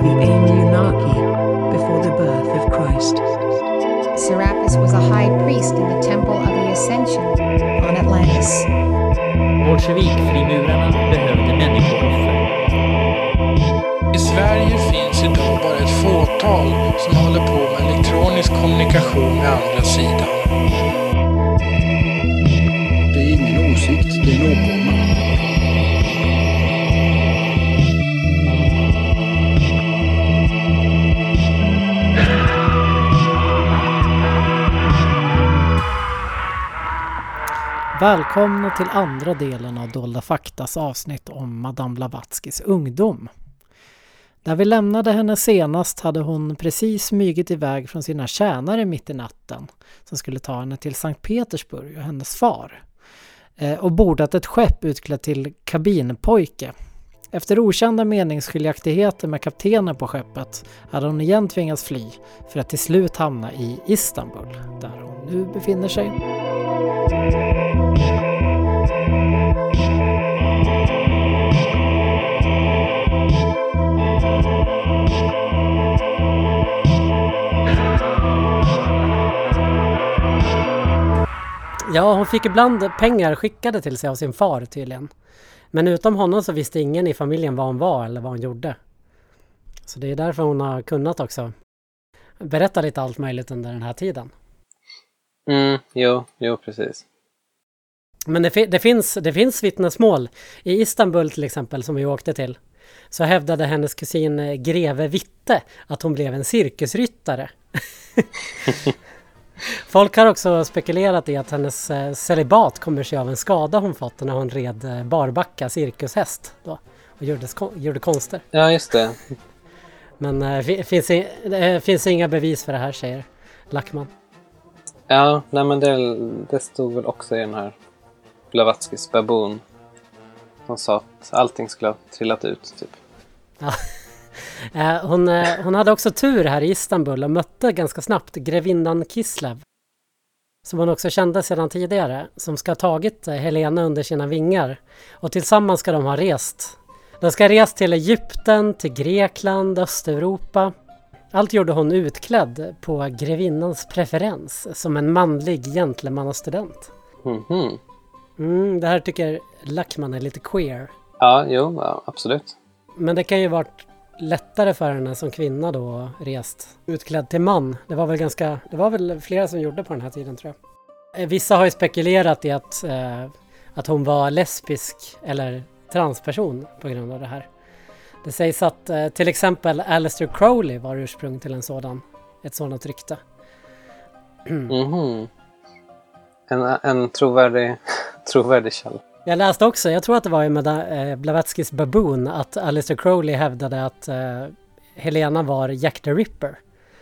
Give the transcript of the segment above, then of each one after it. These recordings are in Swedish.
the Anunnaki before the birth of Christ. Serapis was a high priest in the Temple of the Ascension on Atlantis. Bolsjevikfrimurarna behövde människooffer. I Sverige finns idag bara ett fåtal som håller på med elektronisk kommunikation med andra sidan. Det är ingen åsikt, det är en åkomma. Välkomna till andra delen av Dolda Faktas avsnitt om Madame Blavatskys ungdom. Där vi lämnade henne senast hade hon precis smygit iväg från sina tjänare mitt i natten som skulle ta henne till Sankt Petersburg och hennes far. Och bordat ett skepp utklädd till kabinpojke. Efter okända meningsskiljaktigheter med kaptenen på skeppet hade hon igen tvingats fly för att till slut hamna i Istanbul där hon nu befinner sig. Ja, hon fick ibland pengar skickade till sig av sin far tydligen. Men utom honom så visste ingen i familjen vad hon var eller vad hon gjorde. Så det är därför hon har kunnat också berätta lite allt möjligt under den här tiden. Jo, precis. Men det finns vittnesmål. I Istanbul till exempel som vi åkte till så hävdade hennes kusin Greve Witte att hon blev en cirkusryttare. Folk har också spekulerat i att hennes celibat kommer sig av en skada hon fått när hon red barbacka cirkushäst då, och gjorde konster. Ja, just det. Men det finns inga bevis för det här, säger Lackman. Ja, nej men det stod väl också i den här Blavatskys baboon. Hon sa att allting skulle ha trillat ut, typ. Ja. Hon hade också tur här i Istanbul och mötte ganska snabbt grevinnan Kislev, som hon också kände sedan tidigare, som ska ha tagit Helena under sina vingar. Och tillsammans ska de ha rest. De ska ha rest till Egypten, till Grekland, Östeuropa. Allt gjorde hon utklädd på grevinnans preferens som en manlig gentlemannastudent. Det här tycker Lackman är lite queer. Ja, absolut. Men det kan ju vara lättare för henne som kvinna då rest utklädd till man. Det var väl flera som gjorde på den här tiden, tror jag. Vissa har ju spekulerat i att hon var lesbisk eller transperson på grund av det här. Det sägs att till exempel Aleister Crowley var ursprung till ett sådant rykte. En trovärdig källa. Jag läste också, jag tror att det var med Blavatskys baboon, att Aleister Crowley hävdade att Helena var Jack the Ripper.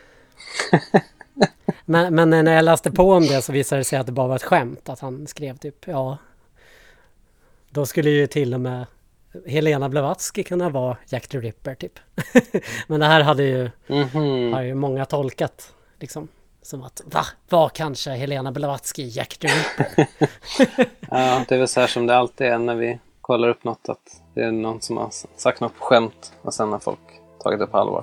men när jag läste på om det så visade det sig att det bara var ett skämt. Att han skrev typ, då skulle ju till och med Helena Blavatsky kunna vara Jack the Ripper typ. Men det här har ju många tolkat liksom. Som att, var kanske Helena Blavatsky Jack the Ripper? Ja, det är väl så här som det alltid är när vi kollar upp något, att det är någon som har sagt något på skämt och sen har folk tagit det på allvar.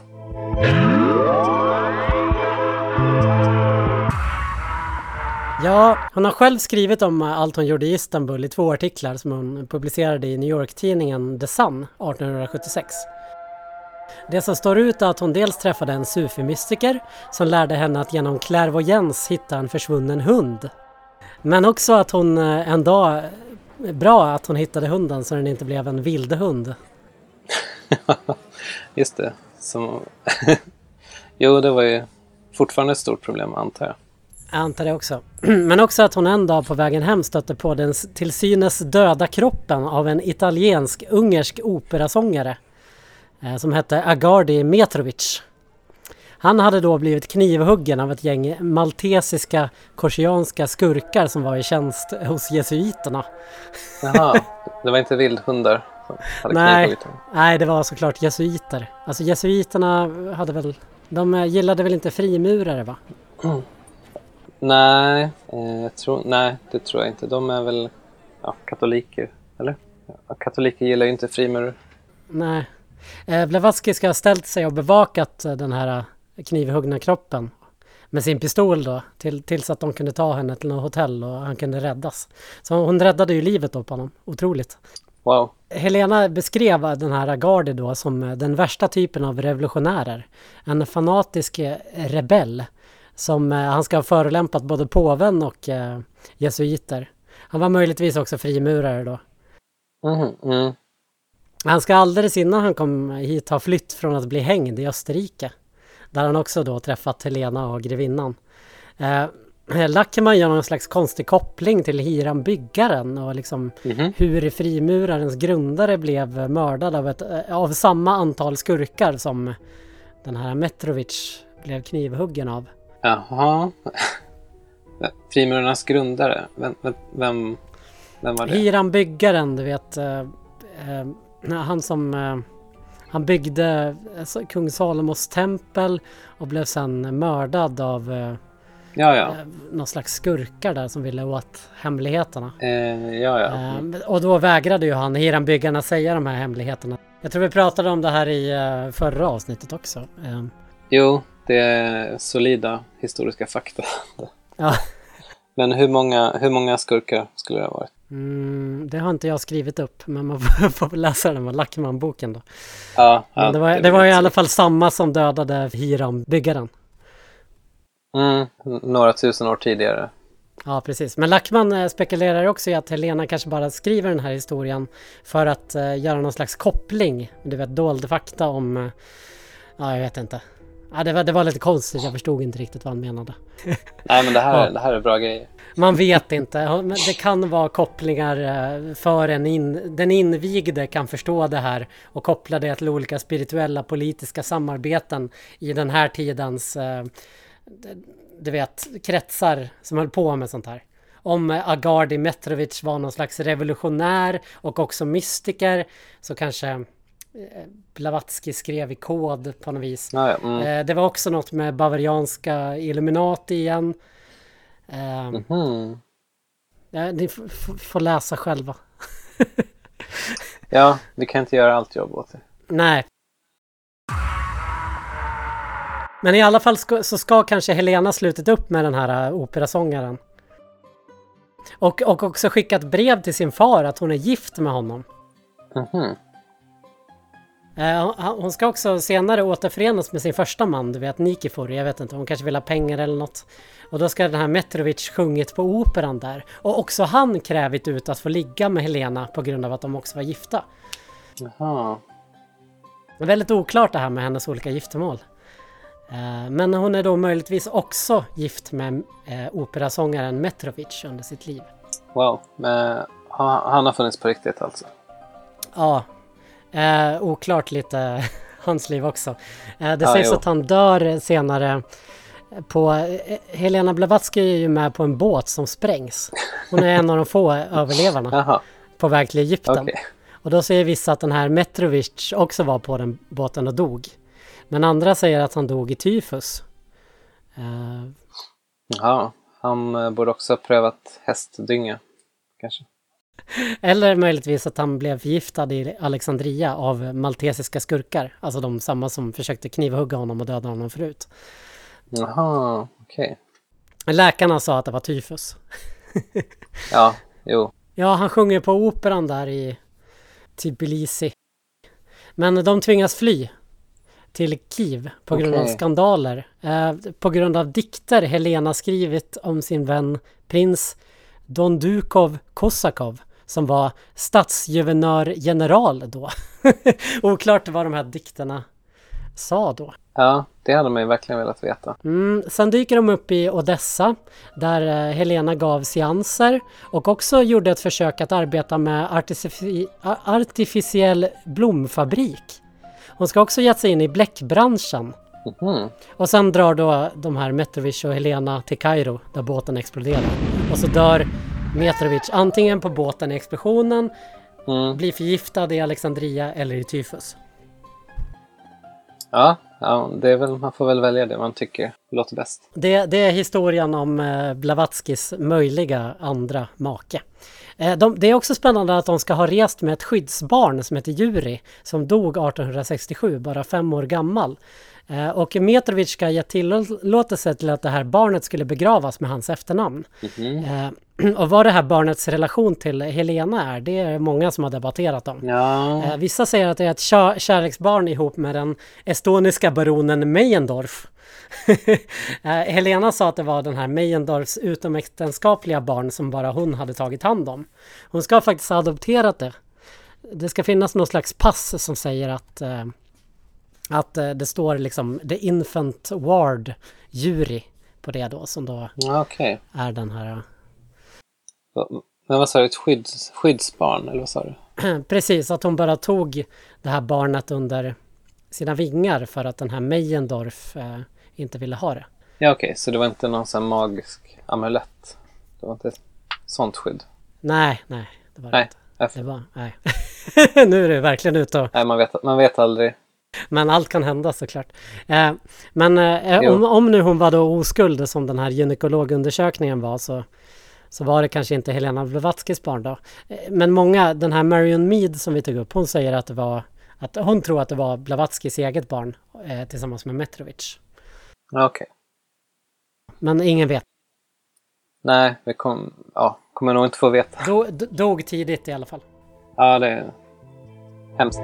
Ja, hon har själv skrivit om allt hon gjorde i Istanbul i 2 artiklar som hon publicerade i New York-tidningen The Sun 1876. Det som står ut är att hon dels träffade en sufi-mystiker som lärde henne att genom clairvoyance hitta en försvunnen hund. Men också att hon en dag, bra att hon hittade hunden så den inte blev en vildhund. Just det. Jo, det var ju fortfarande ett stort problem, antar jag. Jag antar det också. Men också att hon en dag på vägen hem stötte på den till synes döda kroppen av en italiensk-ungersk operasångare som hette Agardi Metrovic. Han hade då blivit knivhuggen av ett gäng maltesiska korsianska skurkar som var i tjänst hos jesuiterna. Jaha, det var inte vildhundar som hade knivhuggit honom? Nej, det var såklart jesuiter. Alltså jesuiterna de gillade väl inte frimurare, va? Nej, det tror jag inte. De är väl katoliker, eller? Katoliker gillar ju inte frimurare. Nej. Blavatsky ska ha ställt sig och bevakat den här knivhuggna kroppen med sin pistol då, tills att de kunde ta henne till något hotell och han kunde räddas. Så hon räddade ju livet då på honom. Otroligt. Wow. Helena beskrev den här Agadi då som den värsta typen av revolutionärer. En fanatisk rebell som han ska ha förolämpat både påven och jesuiter. Han var möjligtvis också frimurare då. Han ska alldeles innan han kom hit ha flytt från att bli hängd i Österrike. Där han också då träffat Helena och grevinnan. Lackman gör någon slags konstig koppling till Hiram byggaren och liksom hur frimurarens grundare blev mördad av samma antal skurkar som den här Metrovic blev knivhuggen av. Jaha. Frimurarnas grundare? Vem var det? Hiram byggaren, du vet. Han som... Han byggde kung Salomos tempel och blev sen mördad av någon slags skurkar där som ville åt hemligheterna. Och då vägrade ju han, Hiram-byggarna, säga de här hemligheterna. Jag tror vi pratade om det här i förra avsnittet också. Jo, det är solida historiska fakta. Ja. Men hur många skurkar skulle det ha varit? Det har inte jag skrivit upp, men man får läsa den med Lackman-boken då. Ja, det var i alla fall samma som dödade Hiram-byggaren. Några tusen år tidigare. Ja, precis. Men Lackman spekulerar också i att Helena kanske bara skriver den här historien för att göra någon slags koppling. Du vet, dold fakta om... jag vet inte. Ja, det var lite konstigt. Jag förstod inte riktigt vad han menade. Nej, men det här är bra grejer. Man vet inte. Det kan vara kopplingar för den invigde kan förstå det här och koppla det till olika spirituella politiska samarbeten i den här tidens du vet, kretsar som höll på med sånt här. Om Agadi Metrovic var någon slags revolutionär och också mystiker, så kanske Blavatsky skrev i kod på något vis. Det var också något med bavarianska Illuminati igen. Ni får läsa själva. Ja, vi kan inte göra allt jobb åt det. Nej. Men i alla fall så ska kanske Helena slutit upp med den här operasångaren. Och också skickat brev till sin far att hon är gift med honom. Hon ska också senare återförenas med sin första man, du vet, Nikifor. Jag vet inte, hon kanske vill ha pengar eller något. Och då ska den här Metrovic sjungit på operan där. Och också han krävit ut att få ligga med Helena på grund av att de också var gifta. Jaha. Det är väldigt oklart det här med hennes olika giftermål. Men hon är då möjligtvis också gift med operasångaren Metrovic under sitt liv. Wow, men han har funnits på riktigt alltså? Ja, oklart lite hans liv också. Det sägs att han dör senare Helena Blavatsky är ju med på en båt som sprängs. Hon är en av de få överlevarna på väg till Egypten. Okay. Och då säger vissa att den här Metrovic också var på den båten och dog. Men andra säger att han dog i tyfus. Ja, han borde också ha prövat hästdynga, kanske. Eller möjligtvis att han blev förgiftad i Alexandria av maltesiska skurkar. Alltså de samma som försökte knivhugga honom och döda honom förut. Jaha, okej. Läkarna sa att det var tyfus. Ja, jo. Ja, han sjunger på operan där i Tbilisi. Men de tvingas fly till Kiev på grund av skandaler. På grund av dikter Helena skrivit om sin vän prins Don Dukov Kosakov som var statsguvernör-general då. Oklart vad de här dikterna sa då. Ja, det hade man ju verkligen velat veta. Sen dyker de upp i Odessa där Helena gav seanser och också gjorde ett försök att arbeta med artificiell blomfabrik. Hon ska också gett sig in i bläckbranschen. Och sen drar då de här Metrovic och Helena till Kairo där båten exploderar. Och så dör Metrovic antingen på båten i explosionen, blir förgiftad i Alexandria eller i tyfus. Ja, det är väl, man får väl välja det man tycker låter bäst. Det är historien om Blavatskys möjliga andra make. Det är också spännande att de ska ha rest med ett skyddsbarn som heter Juri, som dog 1867, bara 5 år gammal. Och Metrovic ska ge tillåtelse till att det här barnet skulle begravas med hans efternamn. Och vad det här barnets relation till Helena är, det är många som har debatterat om. Ja. Vissa säger att det är ett kärleksbarn ihop med den estoniska baronen Meyendorf. Helena sa att det var den här Meyendorfs utomäktenskapliga barn som bara hon hade tagit hand om. Hon ska faktiskt ha adopterat det. Det ska finnas någon slags pass som säger att det står liksom The Infant Ward Juri på det då, som då är den här... Men vad sa du, ett skyddsbarn, eller vad sa du? Precis, att hon bara tog det här barnet under sina vingar för att den här Meyendorf inte ville ha det. Ja, okej. Så det var inte någon sån magisk amulett? Det var inte ett sånt skydd? Nej, det var nej, inte. Det var, nej. Nu är det verkligen ute och... Nej, man vet aldrig. Men allt kan hända såklart. Om nu hon var då oskuld som den här gynekologundersökningen var, så var det kanske inte Helena Blavatskys barn då. Men den här Marion Mead som vi tog upp, hon säger att hon tror att det var Blavatskys eget barn tillsammans med Metrovic. Okej. Men ingen vet. Nej, vi kommer nog inte få veta. Dog tidigt i alla fall. Ja, det är hemskt.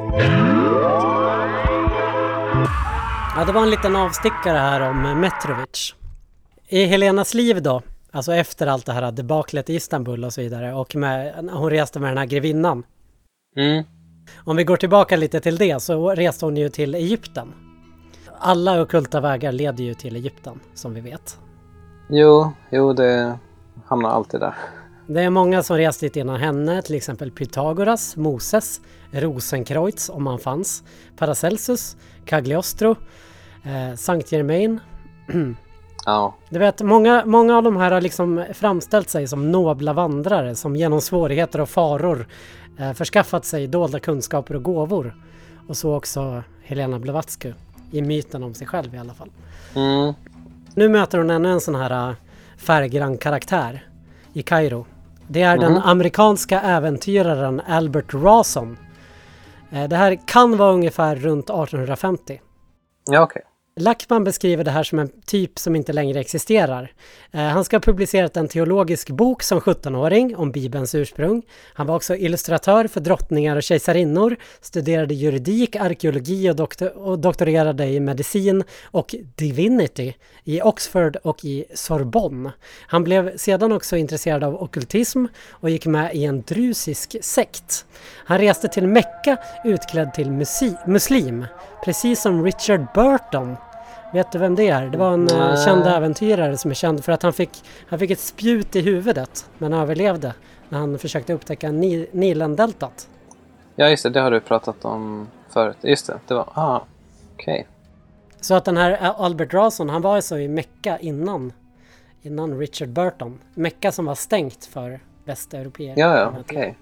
Ja, det var en liten avstickare här om Metrovic. I Helenas liv då, alltså efter allt det här debaklet i Istanbul och så vidare, och hon reste med den här grevinnan. Om vi går tillbaka lite till det, så reste hon ju till Egypten. Alla ockulta vägar leder ju till Egypten, som vi vet. Jo, det hamnar alltid där. Det är många som reste dit innan henne, till exempel Pythagoras, Moses, Rosenkreutz om han fanns, Paracelsus, Cagliostro, Saint Germain. Ja. Du vet, många av de här har liksom framställt sig som nobla vandrare som genom svårigheter och faror förskaffat sig dolda kunskaper och gåvor. Och så också Helena Blavatsky, i myten om sig själv i alla fall. Nu möter hon ännu en sån här färggrann karaktär i Kairo. Det är den amerikanska äventyraren Albert Rawson. Det här kan vara ungefär runt 1850. Ja, okej. Lackman beskriver det här som en typ som inte längre existerar. Han ska ha publicerat en teologisk bok som 17-åring om Bibelns ursprung. Han var också illustratör för drottningar och kejsarinnor, studerade juridik, arkeologi och doktorerade i medicin och divinity i Oxford och i Sorbonne. Han blev sedan också intresserad av ockultism och gick med i en drusisk sekt. Han reste till Mecka utklädd till muslim, precis som Richard Burton. Vet du vem det är? Det var en känd äventyrare som är känd för att han fick ett spjut i huvudet, men överlevde när han försökte upptäcka Nilendeltat. Ja, just det har du pratat om förut. Just det, det var... okej. Så att den här Albert Rawson, han var alltså i Mecka innan Richard Burton. Mecka som var stängt för västeuropeer. Ja, okej.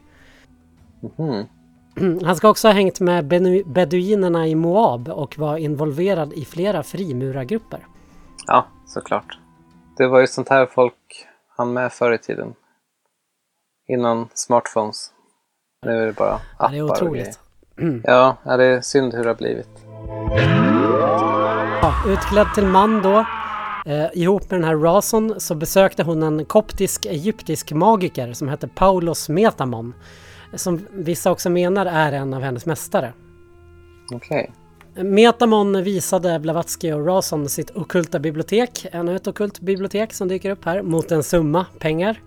Han ska också ha hängt med beduinerna i Moab och var involverad i flera frimurargrupper. Ja, såklart. Det var ju sånt här folk hann med förr i tiden. Innan smartphones. Nu är det bara appar. Ja, det är otroligt. Ja, det är synd hur det har blivit. Ja, utklädd till man då. Ihop med den här Rawson så besökte hon en koptisk-egyptisk magiker som hette Paulos Metamon. Som vissa också menar är en av hennes mästare. Okej. Metamon visade Blavatsky och Rawson sitt ockulta bibliotek. Ännu ett ockult bibliotek som dyker upp här mot en summa pengar.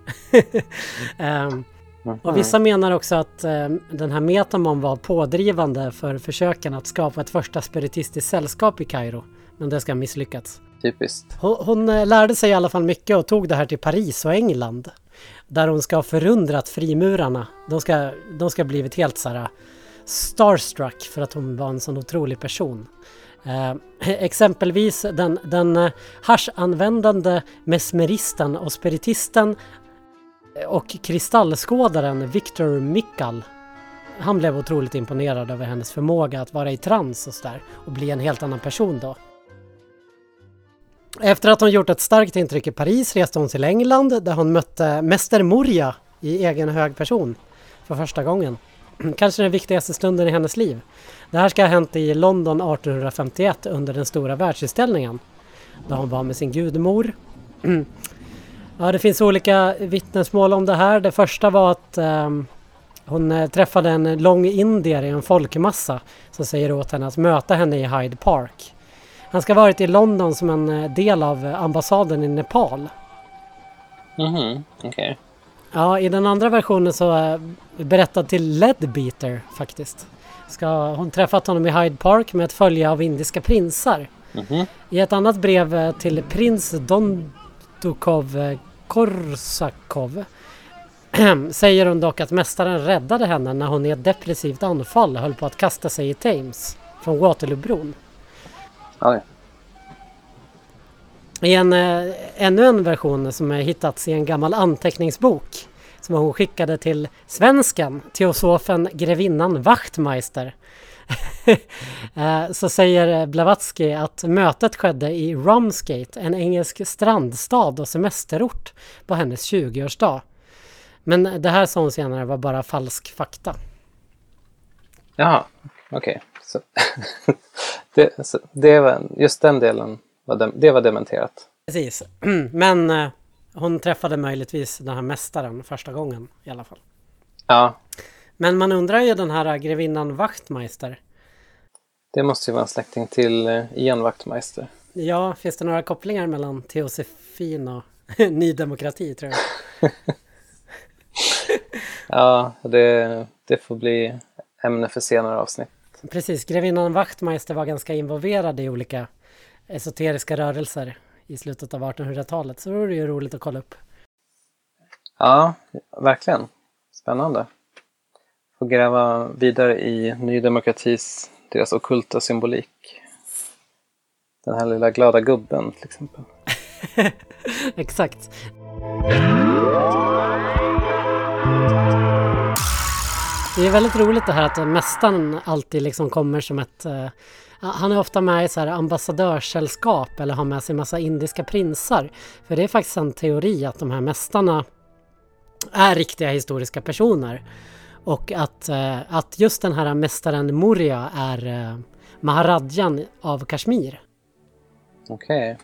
Och vissa menar också att den här Metamon var pådrivande för försöken att skapa ett första spiritistiskt sällskap i Kairo. Men det ska ha misslyckats. Typiskt. Hon lärde sig i alla fall mycket och tog det här till Paris och England. Där hon ska ha förundrat frimurarna. De ska blivit helt så här starstruck för att hon var en sån otrolig person. Exempelvis den hasch-användande mesmeristen och spiritisten och kristallskådaren Victor Mikkal. Han blev otroligt imponerad över hennes förmåga att vara i trans och sådär och bli en helt annan person då. Efter att hon gjort ett starkt intryck i Paris reste hon till England där hon mötte Mäster Moria i egen hög person för första gången. Kanske den viktigaste stunden i hennes liv. Det här ska ha hänt i London 1851 under den stora världsutställningen. Där hon var med sin gudmor. Ja, det finns olika vittnesmål om det här. Det första var att hon träffade en lång indier i en folkmassa som säger åt henne att möta henne i Hyde Park. Han ska ha varit i London som en del av ambassaden i Nepal. Okej. Ja, i den andra versionen så berättad till Leadbeater faktiskt. Ska hon träffat honom i Hyde Park med ett följe av indiska prinsar. I ett annat brev till prins Dondukov Korsakov säger hon dock att mästaren räddade henne när hon i ett depressivt anfall höll på att kasta sig i Thames från Waterloobron. Oj. I ännu en version som har hittats i en gammal anteckningsbok som hon skickade till svenskan, teosofen grevinnan Wachtmeister. Så säger Blavatsky att mötet skedde i Ramsgate, en engelsk strandstad och semesterort på hennes 20-årsdag. Men det här sa hon senare var bara falsk fakta. Jaha, okej. Så, det var, just den delen det var dementerat. Precis, men hon träffade möjligtvis den här mästaren första gången i alla fall. Ja. Men man undrar ju den här grevinnan Wachtmeister. Det måste ju vara en släkting till Ian Wachtmeister. Ja, finns det några kopplingar mellan Teosefin och Ny Demokrati tror jag? Ja, det får bli ämne för senare avsnitt. Precis, grevinnan Wachtmeister var ganska involverad i olika esoteriska rörelser i slutet av 1800-talet. Så det är ju roligt att kolla upp. Ja, verkligen. Spännande. Får gräva vidare i Ny Demokratis, deras ockulta symbolik. Den här lilla glada gubben till exempel. Exakt. Det är väldigt roligt det här att mästaren alltid liksom kommer som ett... han är ofta med i så här ambassadörssällskap eller har med sig en massa indiska prinsar. För det är faktiskt en teori att de här mästarna är riktiga historiska personer. Och att just den här mästaren Moria är Maharajan av Kashmir. Okej.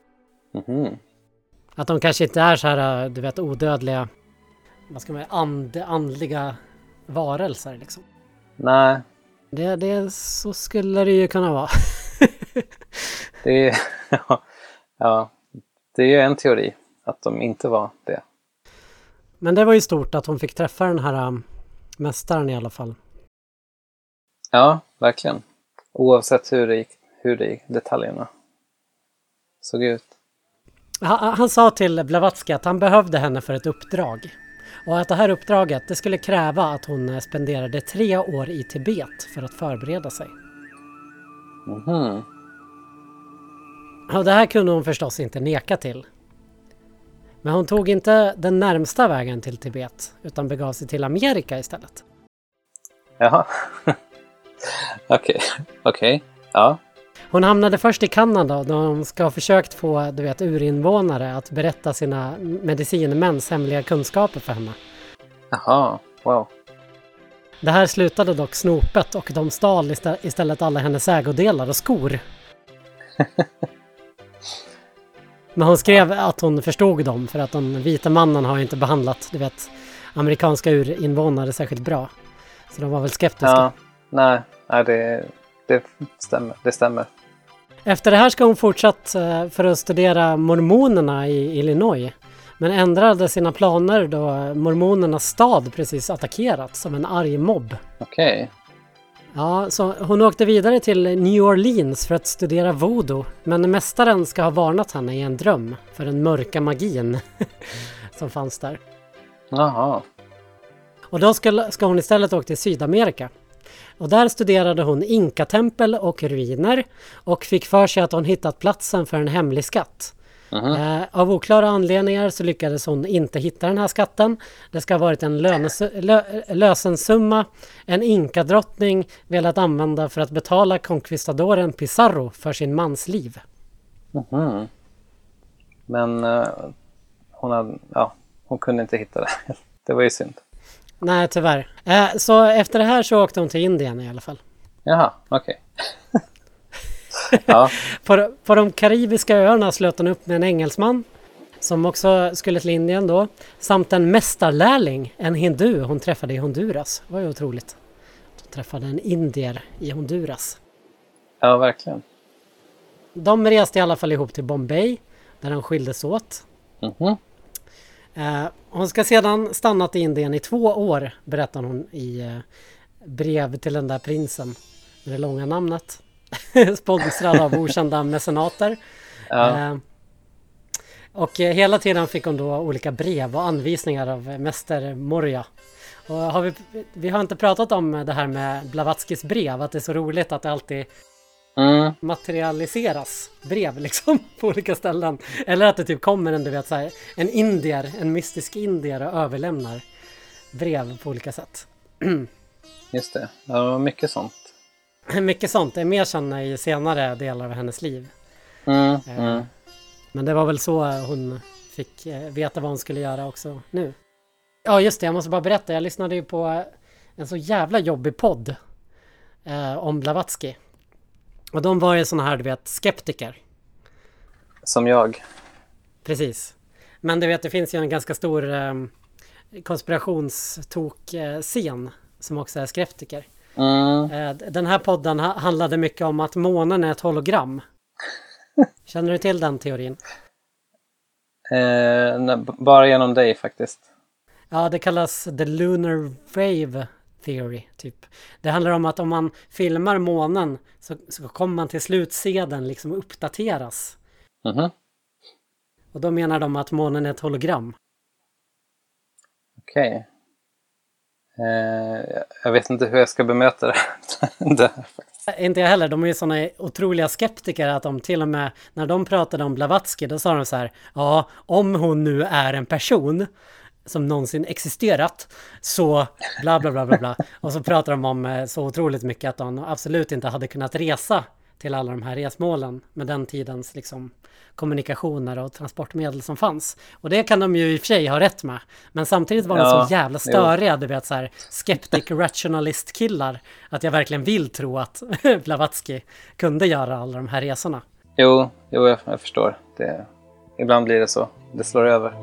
Att de kanske inte är så här, du vet, odödliga, vad ska man säga, andliga varelser liksom. Nej. Så skulle det ju kunna vara. Det är, ja, det är ju en teori att de inte var det. Men det var ju stort att hon fick träffa den här mästaren i alla fall. Ja, verkligen. Oavsett hur detaljerna såg ut. Han sa till Blavatsky att han behövde henne för ett uppdrag. Och att det här uppdraget det skulle kräva att hon spenderade 3 år i Tibet för att förbereda sig. Och det här kunde hon förstås inte neka till. Men hon tog inte den närmsta vägen till Tibet utan begav sig till Amerika istället. Jaha. Okej. Ja. Hon hamnade först i Kanada då hon ska ha försökt få urinvånare att berätta sina medicinmäns hemliga kunskaper för henne. Jaha, wow. Det här slutade dock snopet och de stal istället alla hennes ägodelar och skor. Men hon skrev att hon förstod dem för att den vita mannen har ju inte behandlat, amerikanska urinvånare särskilt bra. Så de var väl skeptiska. Ja, nej det stämmer. Efter det här ska hon fortsatt för att studera mormonerna i Illinois. Men ändrade sina planer då mormonernas stad precis attackerats som en arg mobb. Okej. Ja, så hon åkte vidare till New Orleans för att studera voodoo. Men mästaren ska ha varnat henne i en dröm för den mörka magin som fanns där. Jaha. Och då ska hon istället åka till Sydamerika. Och där studerade hon inkatempel och ruiner och fick för sig att hon hittat platsen för en hemlig skatt. Av oklara anledningar så lyckades hon inte hitta den här skatten. Det ska ha varit en lösensumma en inkadrottning velat använda för att betala conquistadoren Pizarro för sin mans liv. Men hon kunde inte hitta det. Det var ju synd. Nej, tyvärr. Så efter det här så åkte hon till Indien i alla fall. Jaha, okej. Ja. På de karibiska öarna slöt hon upp med en engelsman som också skulle till Indien då. Samt en mästarlärling, en hindu hon träffade i Honduras. Det var ju otroligt. Hon träffade en indier i Honduras. Ja, verkligen. De reste i alla fall ihop till Bombay där de skildes åt. Mhm. Hon ska sedan stannat i Indien i 2 år, berättar hon i brev till den där prinsen med det långa namnet. Sponsrad av okända mecenater. Ja. Och hela tiden fick hon då olika brev och anvisningar av mäster Morya. Och vi har inte pratat om det här med Blavatskys brev, att det är så roligt att det alltid materialiseras brev liksom på olika ställen. Eller att det typ kommer en indier, en mystisk indier och överlämnar brev på olika sätt. Just det. Ja, mycket sånt. Mycket sånt. Det är mer känna i senare delar av hennes liv. Men det var väl så hon fick veta vad hon skulle göra också nu. Ja just det, jag måste bara berätta. Jag lyssnade ju på en så jävla jobbig podd om Blavatsky. Och de var ju såna här, du vet, skeptiker. Som jag. Precis. Men du vet, det finns ju en ganska stor konspirationstok-scen som också är skeptiker. Den här podden handlade mycket om att månen är ett hologram. Känner du till den teorin? Bara genom dig faktiskt. Ja, det kallas the lunar wave theory typ. Det handlar om att om man filmar månen så kommer man till slut se den liksom uppdateras. Och då menar de att månen är ett hologram. Okej. Jag vet inte hur jag ska bemöta det. Inte jag heller. De är ju såna otroliga skeptiker att de till och med när de pratade om Blavatsky då sa de så här: ja, om hon nu är en person som någonsin existerat så bla bla bla bla bla. Och så pratar de om så otroligt mycket att de absolut inte hade kunnat resa till alla de här resmålen med den tidens liksom kommunikationer och transportmedel som fanns. Och det kan de ju i och för sig ha rätt med. Men samtidigt var de så jävla störiga, du vet så här skeptic rationalist killar, att jag verkligen vill tro att Blavatsky kunde göra alla de här resorna. Jo, jag förstår. Ibland blir det så. Det slår över.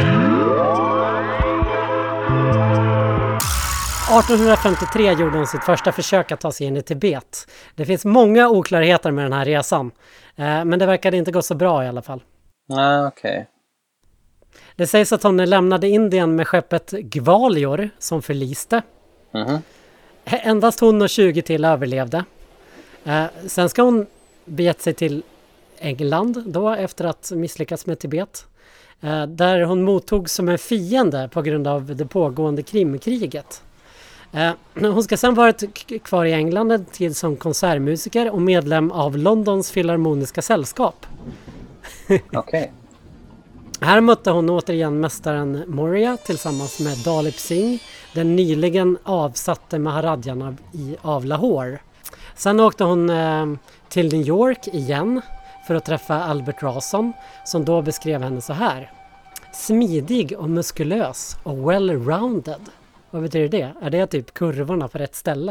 1853 gjorde hon sitt första försök att ta sig in i Tibet. Det finns många oklarheter med den här resan. Men det verkade inte gå så bra i alla fall. Okej. Det sägs att hon lämnade Indien med skeppet Gwalior som förliste. Endast hon och 20 till överlevde. Sen ska hon begett sig till England då efter att misslyckats med Tibet. Där hon mottogs som en fiende på grund av det pågående Krimkriget. Hon ska sedan varit kvar i England en tid som konsertmusiker och medlem av Londons filharmoniska sällskap. Okej. Här mötte hon återigen mästaren Morya tillsammans med Dalip Singh, den nyligen avsatte Maharadjan av Lahore. Sen åkte hon till New York igen för att träffa Albert Rawson som då beskrev henne så här: smidig och muskulös och well-rounded. Vad betyder det? Är det typ kurvorna på rätt ställe?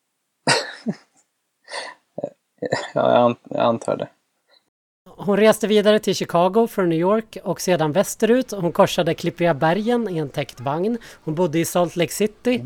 Ja, jag antar det. Hon reste vidare till Chicago från New York och sedan västerut. Hon korsade Klippiga bergen i en täckt vagn. Hon bodde i Salt Lake City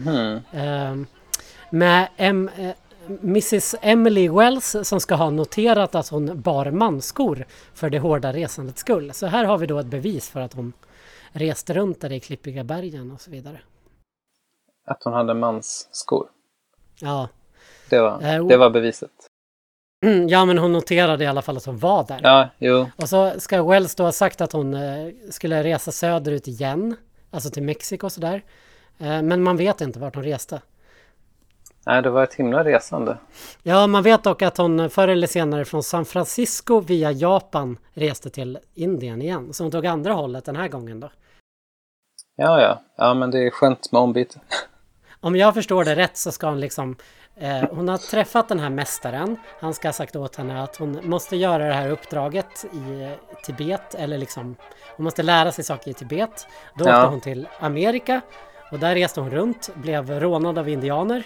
med Mrs. Emily Wells som ska ha noterat att hon bar manskor för det hårda resandets skull. Så här har vi då ett bevis för att hon reste runt där i Klippiga bergen och så vidare. Att hon hade mansskor. Ja. Det var beviset. Ja, men hon noterade i alla fall att hon var där. Ja, jo. Och så ska Wells då ha sagt att hon skulle resa söderut igen. Alltså till Mexiko och sådär. Men man vet inte vart hon reste. Nej, det var ett himla resande. Ja, man vet dock att hon förr eller senare från San Francisco via Japan reste till Indien igen. Så hon tog andra hållet den här gången då. Ja, men det är skönt med ombyte. Om jag förstår det rätt så ska hon liksom... hon har träffat den här mästaren. Han ska ha sagt åt henne att hon måste göra det här uppdraget i Tibet. Eller liksom... Hon måste lära sig saker i Tibet. Då åkte hon till Amerika. Och där reste hon runt. Blev rånad av indianer.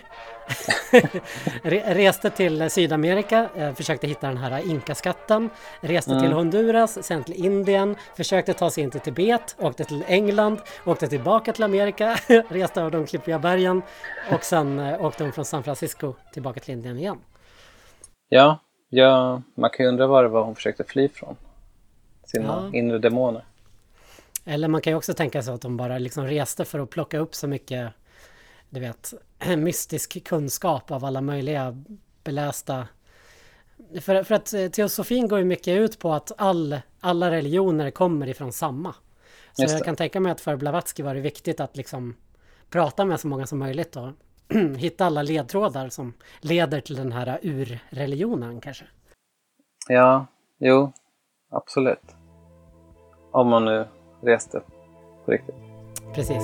Reste till Sydamerika. Försökte hitta den här inkaskatten. Reste till Honduras. Sen till Indien. Försökte ta sig in till Tibet. Åkte till England. Åkte tillbaka till Amerika. Reste över de klippiga bergen. Och sen åkte hon från San Francisco tillbaka till Indien igen. Ja, man kan ju undra vad det var hon försökte fly från. Sina inre demoner. Eller man kan ju också tänka sig att de bara liksom reste för att plocka upp så mycket, du vet, mystisk kunskap av alla möjliga belästa. För att teosofin går ju mycket ut på att alla religioner kommer ifrån samma. Så jag kan tänka mig att för Blavatsky var det viktigt att liksom prata med så många som möjligt och hitta alla ledtrådar som leder till den här urreligionen kanske. Ja, jo, absolut. Om man nu reste på riktigt. Precis.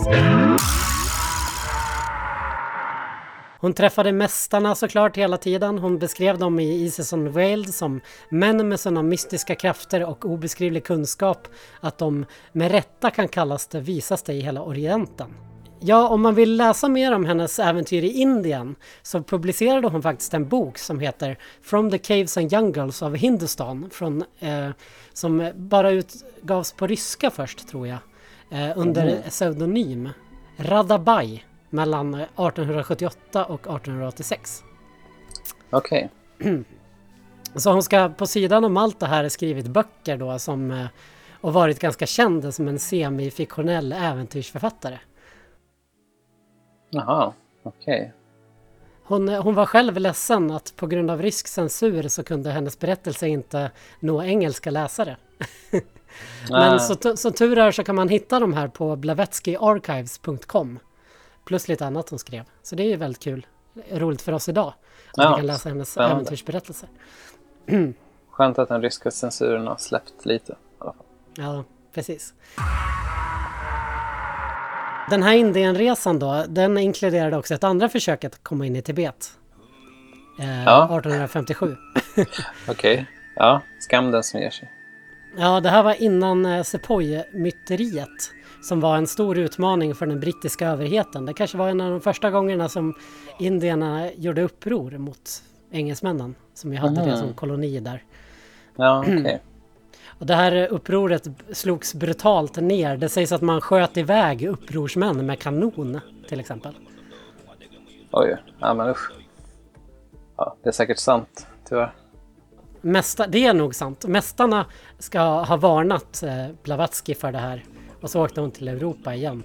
Hon träffade mästarna såklart hela tiden. Hon beskrev dem i Isis on Veiled som män med sådana mystiska krafter och obeskrivlig kunskap att de med rätta kan kallas det visaste i hela Orienten. Ja, om man vill läsa mer om hennes äventyr i Indien så publicerade hon faktiskt en bok som heter From the Caves and Jungles of Hindustan som bara utgavs på ryska först tror jag under pseudonym Radhabai mellan 1878 och 1886. Okej. Så hon ska på sidan om allt det här skrivit böcker då som och varit ganska känd som en semifiktionell äventyrsförfattare. Jaha, okej. Hon var själv ledsen att på grund av rysk censur så kunde hennes berättelse inte nå engelska läsare. Men så tur är så kan man hitta de här på blavatskyarchives.com plus lite annat hon skrev. Så det är ju väldigt kul. Roligt för oss idag att vi kan läsa hennes äventyrsberättelser. Skönt att den ryska censuren har släppt lite i alla fall. Ja, precis. Den här Indienresan då, den inkluderade också ett andra försök att komma in i Tibet. 1857. Okej. Ja, skam den som ger sig. Ja, det här var innan Sepoy-myteriet som var en stor utmaning för den brittiska överheten. Det kanske var en av de första gångerna som indierna gjorde uppror mot engelsmännen som ju hade det som koloni där. Ja, okej. Och det här upproret slogs brutalt ner. Det sägs att man sköt iväg upprorsmän med kanon till exempel. Oj, ja men usch. Ja, det är säkert sant, tyvärr. Det är nog sant. Mästarna ska ha varnat Blavatsky för det här. Och så åkte hon till Europa igen.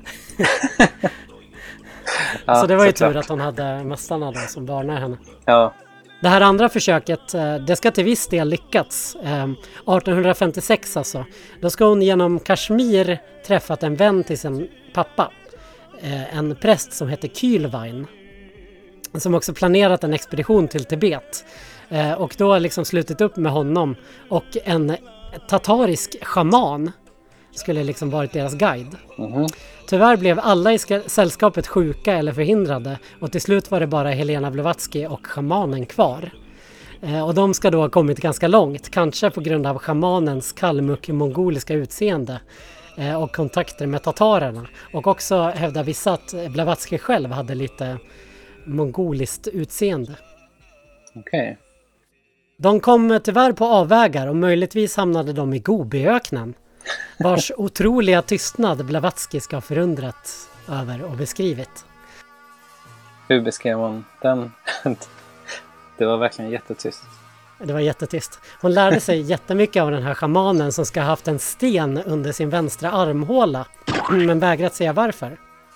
Så det var ju tur att hon hade mästarna då som varnar henne. Ja. Det här andra försöket, det ska till viss del lyckats. 1856 alltså. Då ska hon genom Kashmir träffat en vän till sin pappa. En präst som heter Kylvain. Som också planerat en expedition till Tibet. Och då liksom slutit upp med honom. Och en tatarisk shaman skulle liksom varit deras guide. Tyvärr blev alla i sällskapet sjuka eller förhindrade och till slut var det bara Helena Blavatsky och shamanen kvar. Och de ska då ha kommit ganska långt, kanske på grund av shamanens kalmuck-mongoliska utseende och kontakter med tatarerna. Och också hävdar vissa att Blavatsky själv hade lite mongoliskt utseende. Okej. De kom tyvärr på avvägar och möjligtvis hamnade de i Gobiöknen. Vars otroliga tystnad Blavatsky ska ha förundrat över och beskrivit. Hur beskrev hon den? Det var verkligen jättetyst. Det var jättetyst. Hon lärde sig jättemycket av den här shamanen som ska ha haft en sten under sin vänstra armhåla. Men vägrat säga varför.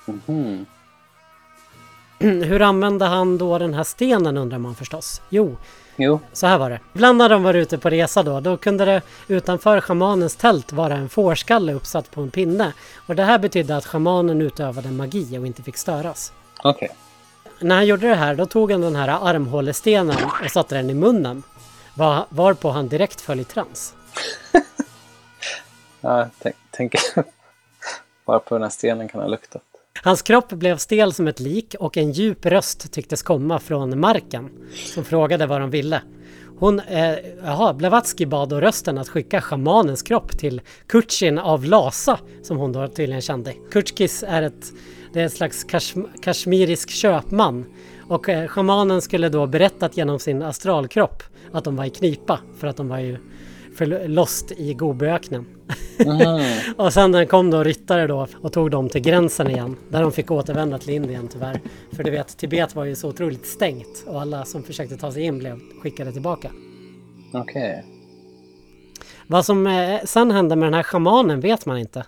Hur använde han då den här stenen undrar man förstås. Jo, så här var det. Ibland när de var ute på resa då kunde det utanför shamanens tält vara en fårskalle uppsatt på en pinne. Och det här betydde att shamanen utövade magi och inte fick störas. Okej. När han gjorde det här då tog han den här armhålestenen och satte den i munnen. Varpå han direkt föll i trans. Ja, tänk bara på den här stenen kan ha luktat. Hans kropp blev stel som ett lik och en djup röst tycktes komma från marken som frågade vad de ville. Blavatsky bad då rösten att skicka schamanens kropp till Kutjin av Lhasa, som hon då tydligen kände. Kutjkis är en slags kashmirisk köpman, och schamanen skulle då berättat genom sin astralkropp att de var i knipa för att de var ju lost i Gobiöknen. Och sen kom då ryttare då och tog dem till gränsen igen, där de fick återvända till Indien tyvärr. För du vet, Tibet var ju så otroligt stängt och alla som försökte ta sig in blev skickade tillbaka. Okej. Vad som sen hände med den här schamanen vet man inte.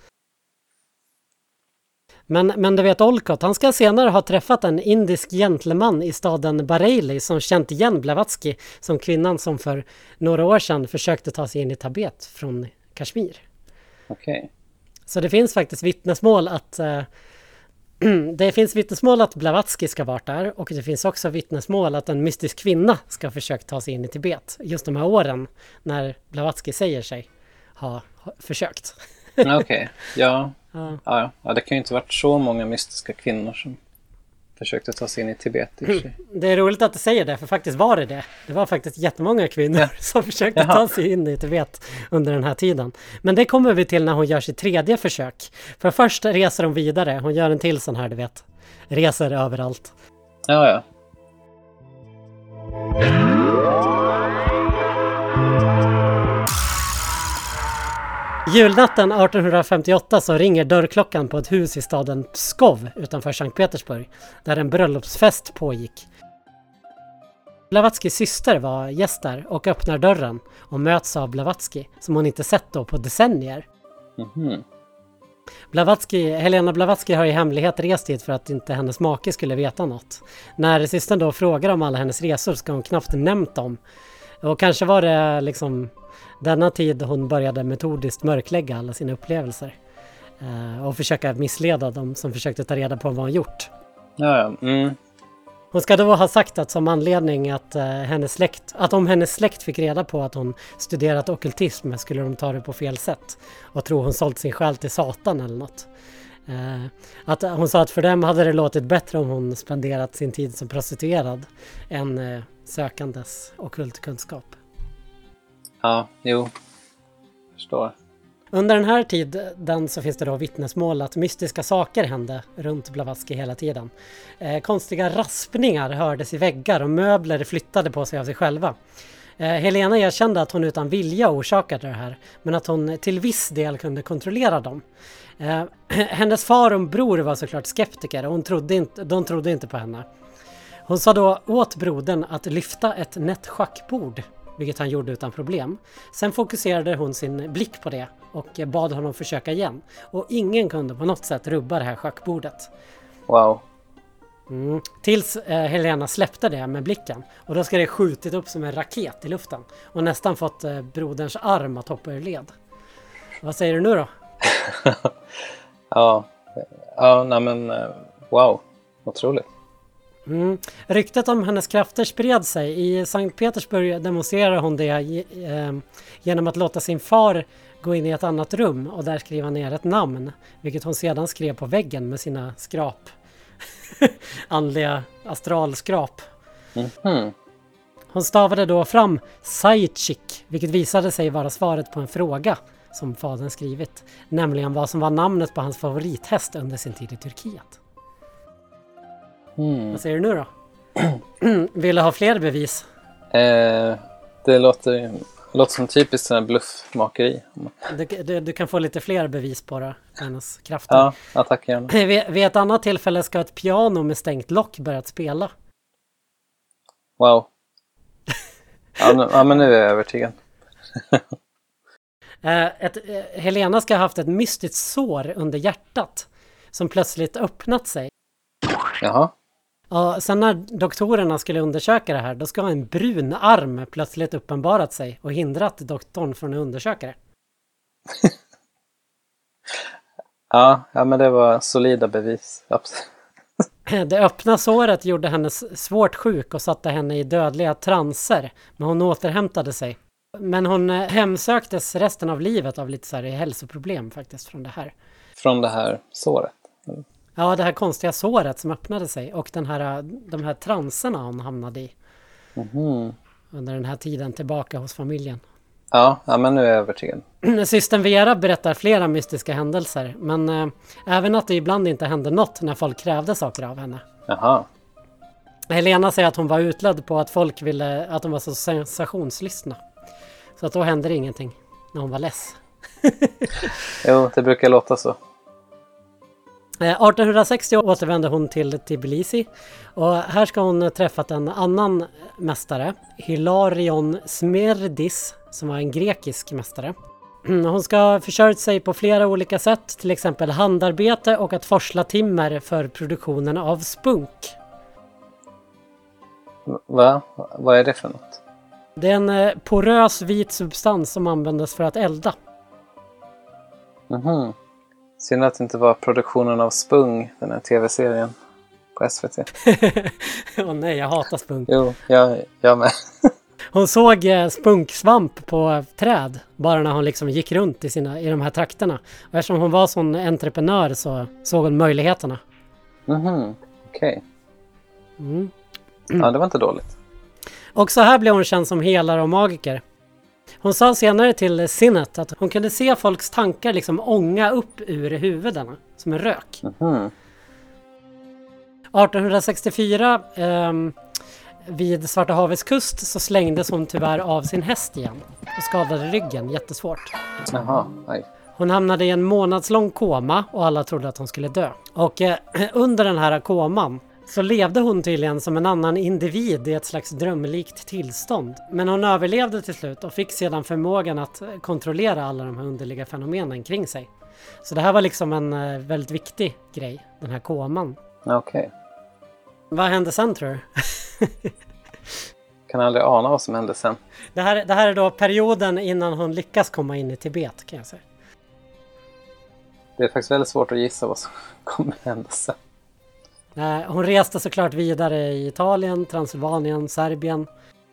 Men du vet, Olcott, han ska senare ha träffat en indisk gentleman i staden Bareilly som känt igen Blavatsky som kvinnan som för några år sedan försökte ta sig in i Tibet från Kashmir. Okej. Så det finns faktiskt vittnesmål att Blavatsky ska vara där, och det finns också vittnesmål att en mystisk kvinna ska ha försökt ta sig in i Tibet just de här åren när Blavatsky säger sig ha försökt. Okej. Ja, det kan ju inte varit så många mystiska kvinnor som försökte ta sig in i Tibet i och för sig. Det är roligt att du säger det, för faktiskt var det. Det var faktiskt jättemånga kvinnor som försökte ta sig in i Tibet under den här tiden. Men det kommer vi till när hon gör sitt tredje försök. För först reser hon vidare. Hon gör en till sån här, du vet. Reser överallt. Ja. Julnatten 1858 så ringer dörrklockan på ett hus i staden Pskov utanför Sankt Petersburg, där en bröllopsfest pågick. Blavatskys syster var gäst där och öppnar dörren och möts av Blavatsky, som hon inte sett då på decennier. Helena Blavatsky har i hemlighet rest hit för att inte hennes make skulle veta något. När systern då frågar om alla hennes resor ska hon knappt nämnt dem. Och kanske var det liksom denna tid hon började metodiskt mörklägga alla sina upplevelser. Och försöka missleda dem som försökte ta reda på vad hon gjort. Hon ska då ha sagt att som anledning att om hennes släkt fick reda på att hon studerat ockultism skulle de ta det på fel sätt och tro hon sålt sin själ till Satan eller något. Att hon sa att för dem hade det låtit bättre om hon spenderat sin tid som prostituerad än sökandes ockult kunskap. Ja, jo. Förstår. Under den här tiden så finns det då vittnesmål att mystiska saker hände runt Blavatsky hela tiden. Konstiga raspningar hördes i väggar och möbler flyttade på sig av sig själva. Helena erkände att hon utan vilja orsakade det här, men att hon till viss del kunde kontrollera dem. Hennes far och bror var såklart skeptiker och de trodde inte på henne. Hon sa då åt brodern att lyfta ett nätt schackbord, vilket han gjorde utan problem. Sen fokuserade hon sin blick på det och bad honom försöka igen. Och ingen kunde på något sätt rubba det här schackbordet. Wow. Tills Helena släppte det med blicken. Och då ska det skjutit upp som en raket i luften. Och nästan fått broderns arm att hoppa ur led. Vad säger du nu då? Wow. Otroligt. Ryktet om hennes krafter spred sig. I Sankt Petersburg demonstrerade hon det genom att låta sin far gå in i ett annat rum och där skriva ner ett namn, vilket hon sedan skrev på väggen med sina skrap. Andliga astralskrap. Hon stavade då fram Saitchik, vilket visade sig vara svaret på en fråga som fadern skrivit, nämligen vad som var namnet på hans favorithäst under sin tid i Turkiet. Vad säger du nu då? Vill du ha fler bevis? Det låter som typiskt sån här bluffmakeri. Du kan få lite fler bevis på det, hennes krafter. Ja, tack gärna. Vid ett annat tillfälle ska ett piano med stängt lock börjat spela. Wow. Men nu är jag övertygad. Helena ska ha haft ett mystiskt sår under hjärtat som plötsligt öppnat sig. Jaha. Och sen när doktorerna skulle undersöka det här, då ska en brun arm plötsligt uppenbarat sig och hindrat doktorn från att undersöka det. Ja, men det var solida bevis. Absolut. Det öppna såret gjorde henne svårt sjuk och satte henne i dödliga transer, men hon återhämtade sig. Men hon hemsöktes resten av livet av lite så här hälsoproblem faktiskt från det här. Från det här såret? Ja, det här konstiga såret som öppnade sig och de här transerna hon hamnade i. Under den här tiden tillbaka hos familjen. Ja, men nu är jag övertygad. Systern Vera berättar flera mystiska händelser, men även att det ibland inte hände något när folk krävde saker av henne. Jaha. Helena säger att hon var utledd på att folk ville att de var så sensationslystna. Så att då hände det ingenting när hon var less. Jo, det brukar låta så. 1860 återvände hon till Tbilisi och här ska hon träffat en annan mästare, Hilarion Smerdis, som var en grekisk mästare. Hon ska ha försörjt sig på flera olika sätt, till exempel handarbete och att forsla timmer för produktionen av spunk. Va? Vad är det för något? Det är en porös vit substans som användes för att elda. Synd att det inte var produktionen av Spung, den här tv-serien på SVT. Åh nej, jag hatar spunk. Jo, jag med. Hon såg spunksvamp på träd bara när hon liksom gick runt i de här trakterna. Och eftersom hon var sån entreprenör så såg hon möjligheterna. Okej. Ja, det var inte dåligt. Och så här blev hon känd som helare och magiker. Hon sa senare till Sinnet att hon kunde se folks tankar liksom ånga upp ur huvudena som en rök. 1864 vid Svarta havets kust så slängdes hon tyvärr av sin häst igen och skadade ryggen jättesvårt. Jaha, aj. Hon hamnade i en månadslång koma och alla trodde att hon skulle dö. Och under den här koman så levde hon tydligen som en annan individ i ett slags drömlikt tillstånd. Men hon överlevde till slut och fick sedan förmågan att kontrollera alla de här underliga fenomenen kring sig. Så det här var liksom en väldigt viktig grej, den här koman. Okej. Vad hände sen, tror du? Kan aldrig ana vad som hände sen. Det här är då perioden innan hon lyckas komma in i Tibet, kan jag säga. Det är faktiskt väldigt svårt att gissa vad som kommer hända sen. Hon reste såklart vidare i Italien, Transylvanien, Serbien.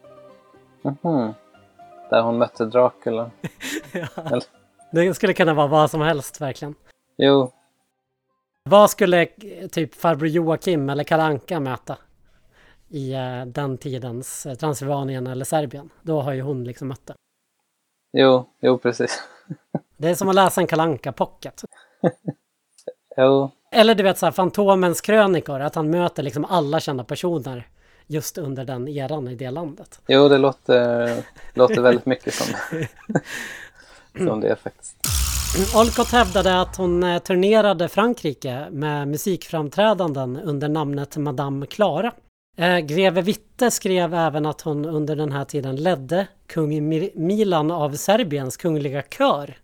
Där hon mötte Dracula. Ja. Det skulle kunna vara vad som helst, verkligen. Jo. Vad skulle typ farbror Joakim eller Kalle Anka möta i den tidens Transylvanien eller Serbien? Då har ju hon liksom mött det. Jo, precis. Det är som att läsa en Kalle Anka pocket. Jo. Eller du vet så här, Fantomens krönikor, att han möter liksom alla kända personer just under den eran i det landet. Jo, det låter väldigt mycket som det är faktiskt. Olcott hävdade att hon turnerade Frankrike med musikframträdanden under namnet Madame Clara. Greve Witte skrev även att hon under den här tiden ledde kung Milan av Serbiens kungliga kör.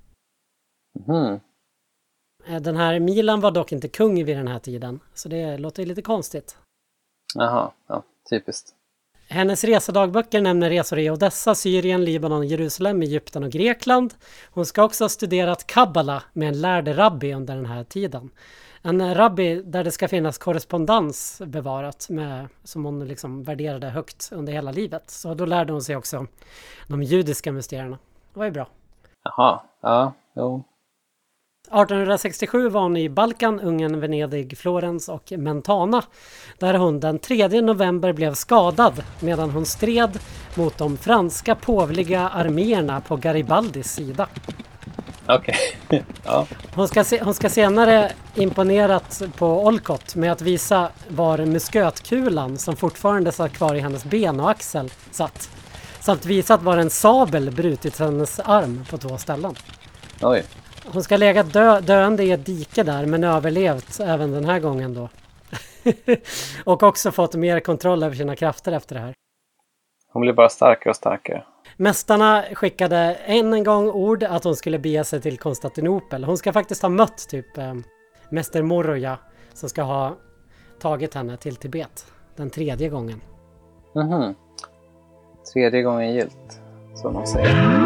Den här Milan var dock inte kung vid den här tiden, så det låter lite konstigt. Jaha, ja, typiskt. Hennes resedagböcker nämner resor i Odessa, Syrien, Libanon, Jerusalem, Egypten och Grekland. Hon ska också ha studerat Kabbala med en lärd rabbi under den här tiden. En rabbi där det ska finnas korrespondens bevarat med, som hon liksom värderade högt under hela livet. Så då lärde hon sig också de judiska mysterierna. Det var ju bra. Jaha, ja, jo. 1867 var hon i Balkan, Ungern, Venedig, Florens och Mentana, där hon den 3 november blev skadad medan hon stred mot de franska påvliga arméerna på Garibaldis sida. Okej. Ja. Hon ska senare imponerat på Olcott med att visa var muskötkulan som fortfarande satt kvar i hennes ben och axel satt, samt visat var en sabel brutit hennes arm på 2 ställen. Oj. Hon ska lägga döende i ett dike där, men överlevt även den här gången då. Och också fått mer kontroll över sina krafter efter det här. Hon blir bara starkare och starkare. Mästarna skickade än en gång ord att hon skulle bege sig till Konstantinopel. Hon ska faktiskt ha mött typ mäster Moroja som ska ha tagit henne till Tibet den 3:e gången. 3:e gången gilt, som de säger.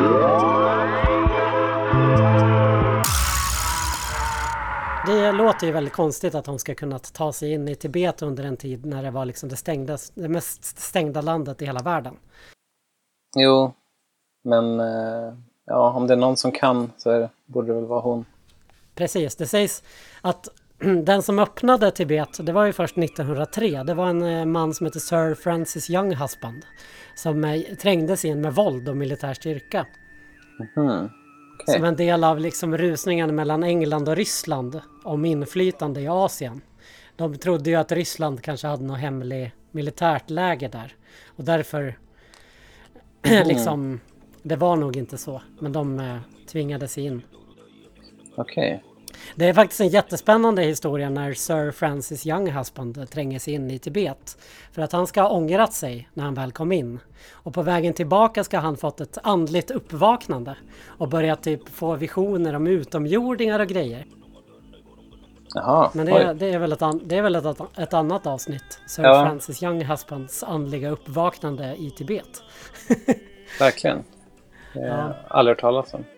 Det låter ju väldigt konstigt att hon ska kunna ta sig in i Tibet under en tid när det var liksom det mest stängda landet i hela världen. Jo, men ja, om det är någon som kan så borde det väl vara hon. Precis, det sägs att den som öppnade Tibet, det var ju först 1903. Det var en man som heter Sir Francis Young Husband som trängdes in med våld och militär styrka. Okay. Som en del av liksom rusningen mellan England och Ryssland om inflytande i Asien. De trodde ju att Ryssland kanske hade något hemligt militärt läger där. Och därför liksom, det var nog inte så. Men de tvingades in. Okej. Okay. Det är faktiskt en jättespännande historia när Sir Francis Young Husband tränger sig in i Tibet. För att han ska ha ångrat sig när han väl kom in. Och på vägen tillbaka ska han fått ett andligt uppvaknande. Och börja typ få visioner om utomjordingar och grejer. Jaha, men det är väl ett annat avsnitt. Sir Francis Young Husbands andliga uppvaknande i Tibet. Verkligen. Jag har aldrig hört talas om.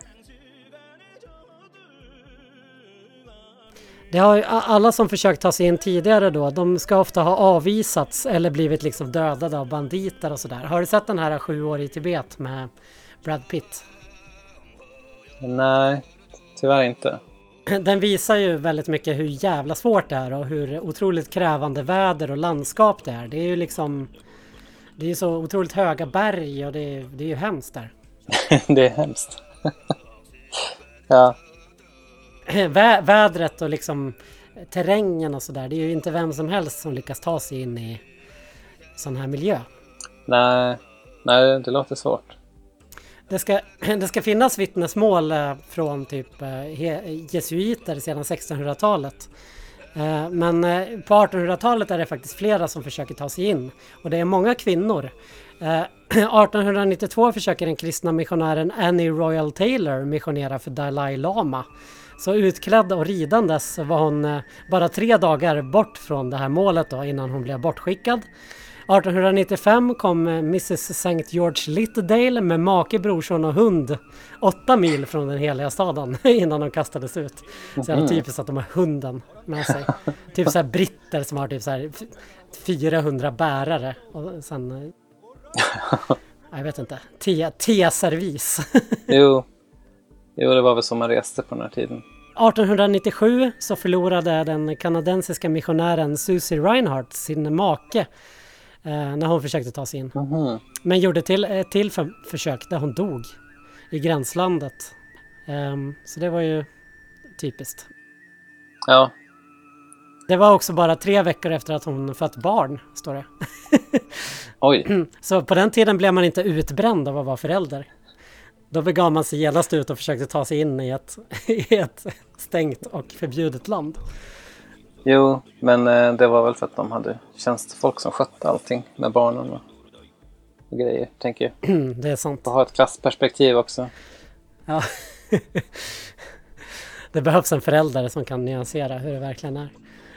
Det har ju alla som försökt ta sig in tidigare då, de ska ofta ha avvisats eller blivit liksom dödade av banditer och sådär. Har du sett den här 7 år i Tibet med Brad Pitt? Nej, tyvärr inte. Den visar ju väldigt mycket hur jävla svårt det är och hur otroligt krävande väder och landskap det är. Det är ju liksom, det är så otroligt höga berg och det är ju hemskt där. Det är hemskt. Ja. Vädret och liksom terrängen och sådär. Det är ju inte vem som helst som lyckas ta sig in i sån här miljö. Nej, det låter svårt. Det ska finnas vittnesmål från typ jesuiter sedan 1600-talet. Men på 1800-talet är det faktiskt flera som försöker ta sig in. Och det är många kvinnor. 1892 försöker den kristna missionären Annie Royal Taylor missionera för Dalai Lama. Så utklädd och ridandes var hon bara 3 dagar bort från det här målet då, innan hon blev bortskickad. 1895 kom Mrs. St. George Littledale med make, brorson och hund 8 mil från den heliga staden innan de kastades ut. Så det är typiskt att de har hunden med sig. Typ så här britter som har typ så här 400 bärare och sen jag vet inte, te-servis. Jo, det var väl som man reste på den här tiden. 1897 så förlorade den kanadensiska missionären Susie Reinhardt sin make när hon försökte ta sig in. Men gjorde till försök där hon dog i gränslandet. Så det var ju typiskt. Ja. Det var också bara 3 veckor efter att hon fött barn, står det. Oj. Så på den tiden blev man inte utbränd av att vara förälder. Då begav man sig genast ut och försökte ta sig in i ett stängt och förbjudet land. Jo, men det var väl för att de hade tjänstefolk som skötte allting med barnen och grejer, tänker jag. Det är sant. Och ha ett klassperspektiv också. Ja. Det behövs en förälder som kan nyansera hur det verkligen är.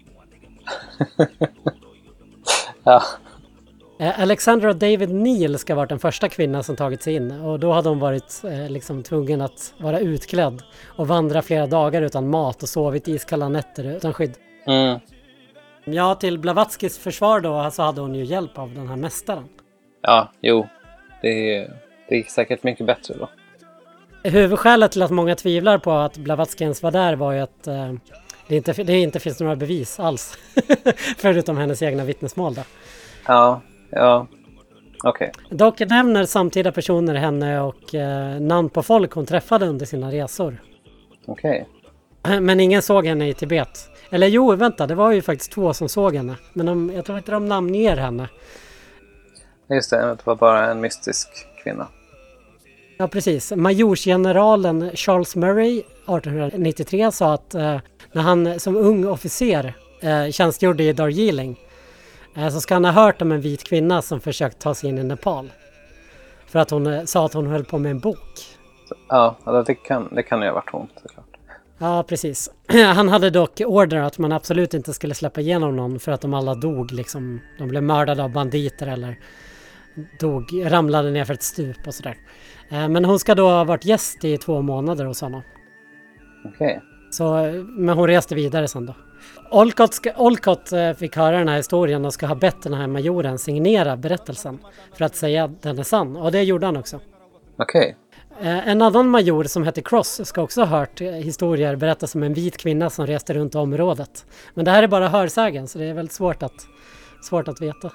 Ja. Alexandra David Neal ska ha varit den första kvinnan som tagit sig in. Och då hade hon varit liksom tvungen att vara utklädd och vandra flera dagar utan mat och sovit iskalla nätter utan skydd. Ja, till Blavatskys försvar då så hade hon ju hjälp av den här mästaren. Ja, jo. Det är säkert mycket bättre då. Huvudskälet till att många tvivlar på att Blavatsky ens var där var ju att det inte finns några bevis alls. Förutom hennes egna vittnesmål då. Ja, okej. Dock nämner samtida personer henne och namn på folk hon träffade under sina resor. Okej. Men ingen såg henne i Tibet. Eller jo, vänta, det var ju faktiskt 2 som såg henne. Men jag tror inte de namnger henne. Just det var bara en mystisk kvinna. Ja, precis. Majorsgeneralen Charles Murray 1893 sa att när han som ung officer tjänstgjorde i Darjeeling så ska han ha hört om en vit kvinna som försökt ta sig in i Nepal. För att hon sa att hon höll på med en bok. Ja, det kan ju ha varit hon såklart. Ja, precis. Han hade dock order att man absolut inte skulle släppa igenom någon för att de alla dog. Liksom, de blev mördade av banditer eller ramlade ner för ett stup och sådär. Men hon ska då ha varit gäst i 2 månader hos honom. Okej. Men hon reste vidare sen då. Olcott fick höra den här historien och ska ha bett den här majoren signera berättelsen för att säga att den är sann. Och det gjorde han också. Okej. En annan major som hette Cross ska också ha hört historier berättas om en vit kvinna som reste runt området. Men det här är bara hörsägen, så det är väldigt svårt att veta.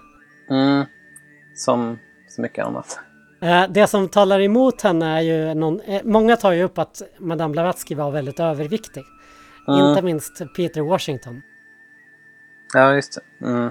Som så mycket annat. Det som talar emot henne är ju många tar ju upp att Madame Blavatsky var väldigt överviktig. Inte minst Peter Washington. Ja, just det.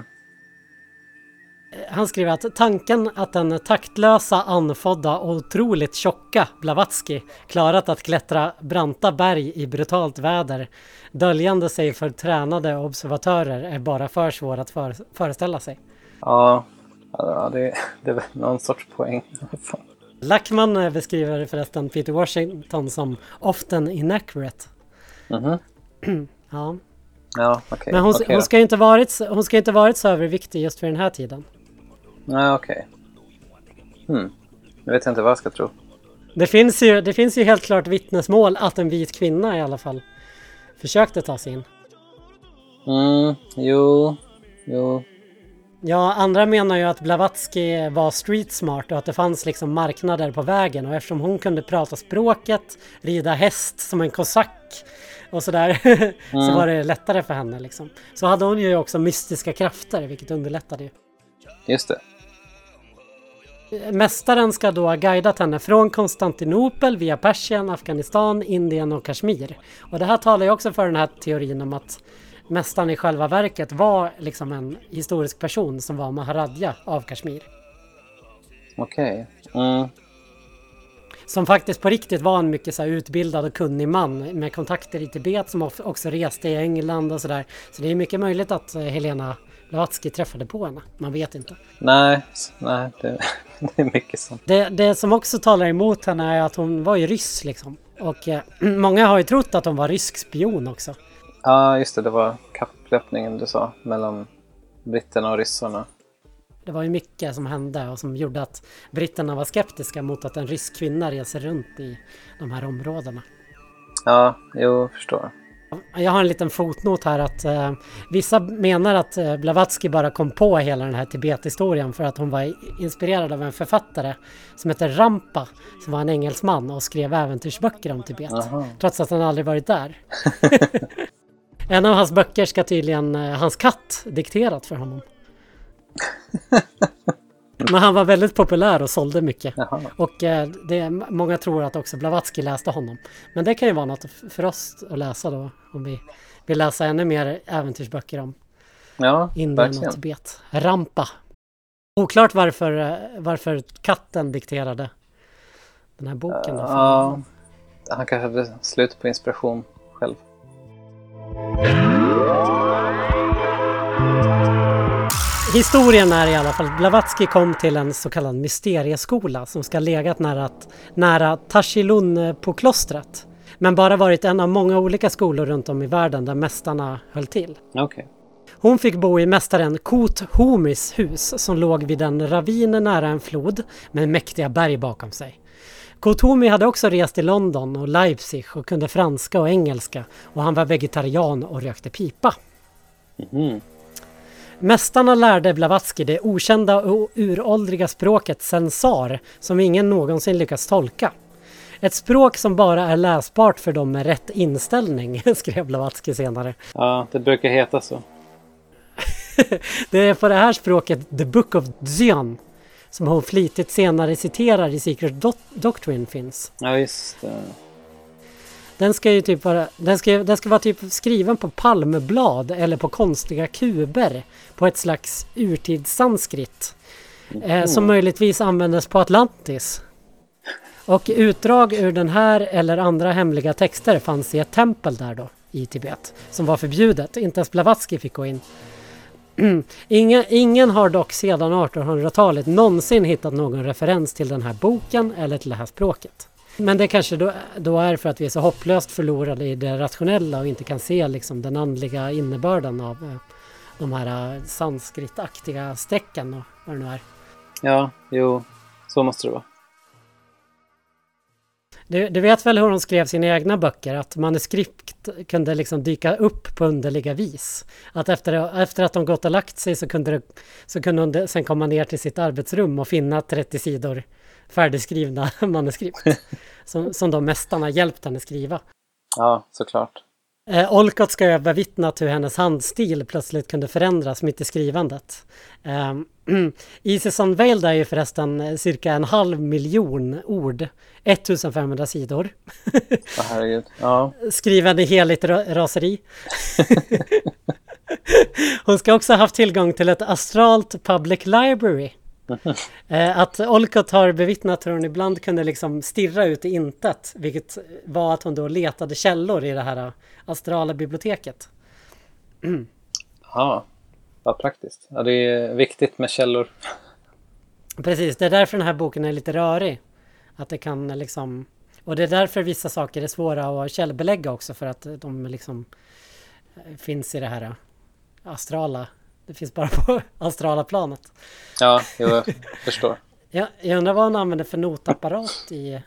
Han skriver att tanken att den taktlösa, anfodda och otroligt tjocka Blavatsky klarat att klättra branta berg i brutalt väder, döljande sig för tränade observatörer, är bara för svår att föreställa sig. Ja, det är väl någon sorts poäng. Lackman beskriver förresten Peter Washington som often inaccurate. Ja. Ja, okej. Men hon ska inte varit så överviktig just vid den här tiden. Nej, okej. Jag vet inte vad jag ska tro. Det finns ju helt klart vittnesmål att en vit kvinna i alla fall försökte ta sig in. Jo. Ja, andra menar ju att Blavatsky var street smart och att det fanns liksom marknader på vägen, och eftersom hon kunde prata språket, rida häst som en kosack och sådär så var det lättare för henne liksom. Så hade hon ju också mystiska krafter, vilket underlättade ju. Just det. Mästaren ska då ha guidat henne från Konstantinopel via Persien, Afghanistan, Indien och Kashmir. Och det här talar ju också för den här teorin om att mästaren i själva verket var liksom en historisk person som var Maharadja av Kashmir. Okej. Som faktiskt på riktigt var en mycket så här utbildad och kunnig man med kontakter i Tibet, som också reste i England och sådär. Så det är mycket möjligt att Helena Blavatsky träffade på henne. Man vet inte. Nej, det är mycket sånt. Det som också talar emot henne är att hon var ju ryss liksom. Och många har ju trott att hon var rysk spion också. Ja, just det. Det var kapplöpningen du sa mellan britterna och ryssarna. Det var ju mycket som hände och som gjorde att britterna var skeptiska mot att en rysk kvinna reser runt i de här områdena. Ja, jag förstår. Jag har en liten fotnot här att vissa menar att Blavatsky bara kom på hela den här Tibet-historien för att hon var inspirerad av en författare som heter Rampa, som var en engelsman och skrev äventyrsböcker om Tibet. Aha. Trots att han aldrig varit där. En av hans böcker ska tydligen hans katt dikterat för honom. Men han var väldigt populär och sålde mycket. Jaha. Och många tror att också Blavatsky läste honom. Men det kan ju vara något för oss att läsa då, om vi vill läsa ännu mer äventyrsböcker om Indien verkligen. Och Tibet. Rampa. Oklart varför katten dikterade den här boken. Då. Ja, han kanske hade slut på inspiration själv. Historien är i alla fall att Blavatsky kom till en så kallad mysterieskola som ska legat nära Tasilun på klostret. Men bara varit en av många olika skolor runt om i världen där mästarna höll till. Okay. Hon fick bo i mästaren Kot Homis hus som låg vid en ravin nära en flod med mäktiga berg bakom sig. Kot Homi hade också rest till London och Leipzig och kunde franska och engelska, och han var vegetarian och rökte pipa. Mästarna lärde Blavatsky det okända och uråldriga språket Sensar som ingen någonsin lyckats tolka. Ett språk som bara är läsbart för dem med rätt inställning, skrev Blavatsky senare. Ja, det brukar heta så. Det är på det här språket The Book of Dzyan, som hon flitigt senare citerar i Secret Doctrine, finns. Ja, just det. Den ska ju typ vara, den ska vara typ skriven på palmblad eller på konstiga kuber på ett slags urtidssanskrit som möjligtvis användes på Atlantis. Och utdrag ur den här eller andra hemliga texter fanns i ett tempel där då i Tibet som var förbjudet. Inte ens Blavatsky fick gå in. Ingen har dock sedan 1800-talet någonsin hittat någon referens till den här boken eller till det här språket. Men det kanske då är för att vi är så hopplöst förlorade i det rationella och inte kan se liksom den andliga innebörden av de här sanskritaktiga strecken och vad det nu är. Ja, jo, så måste det vara. Du vet väl hur hon skrev sina egna böcker? Att manuskript kunde liksom dyka upp på underliga vis. Att efter att de gått och lagt sig så kunde hon sen komma ner till sitt arbetsrum och finna 30 sidor färdigskrivna manuskript. som de mästarna hjälpt henne skriva. Ja, såklart. Olcott ska ha bevittnat hur hennes handstil plötsligt kunde förändras mitt i skrivandet. Isis Unveiled är ju förresten cirka 500 000 ord, 1500 sidor. Herregud. Ja. Skriven i heligt raseri. Hon ska också ha haft tillgång till ett astralt public library. Att Olcott har bevittnat hur hon ibland kunde liksom stirra ut i intet, vilket var att hon då letade källor i det här astrala biblioteket. Ja, vad praktiskt. Ja, det är viktigt med källor. Precis, det är därför den här boken är lite rörig. Att det kan liksom... Och det är därför vissa saker är svåra att källbelägga också, för att de liksom finns i det här astrala. Det finns bara på astrala planet. Ja, jag förstår. Jag undrar vad han använder för notapparat i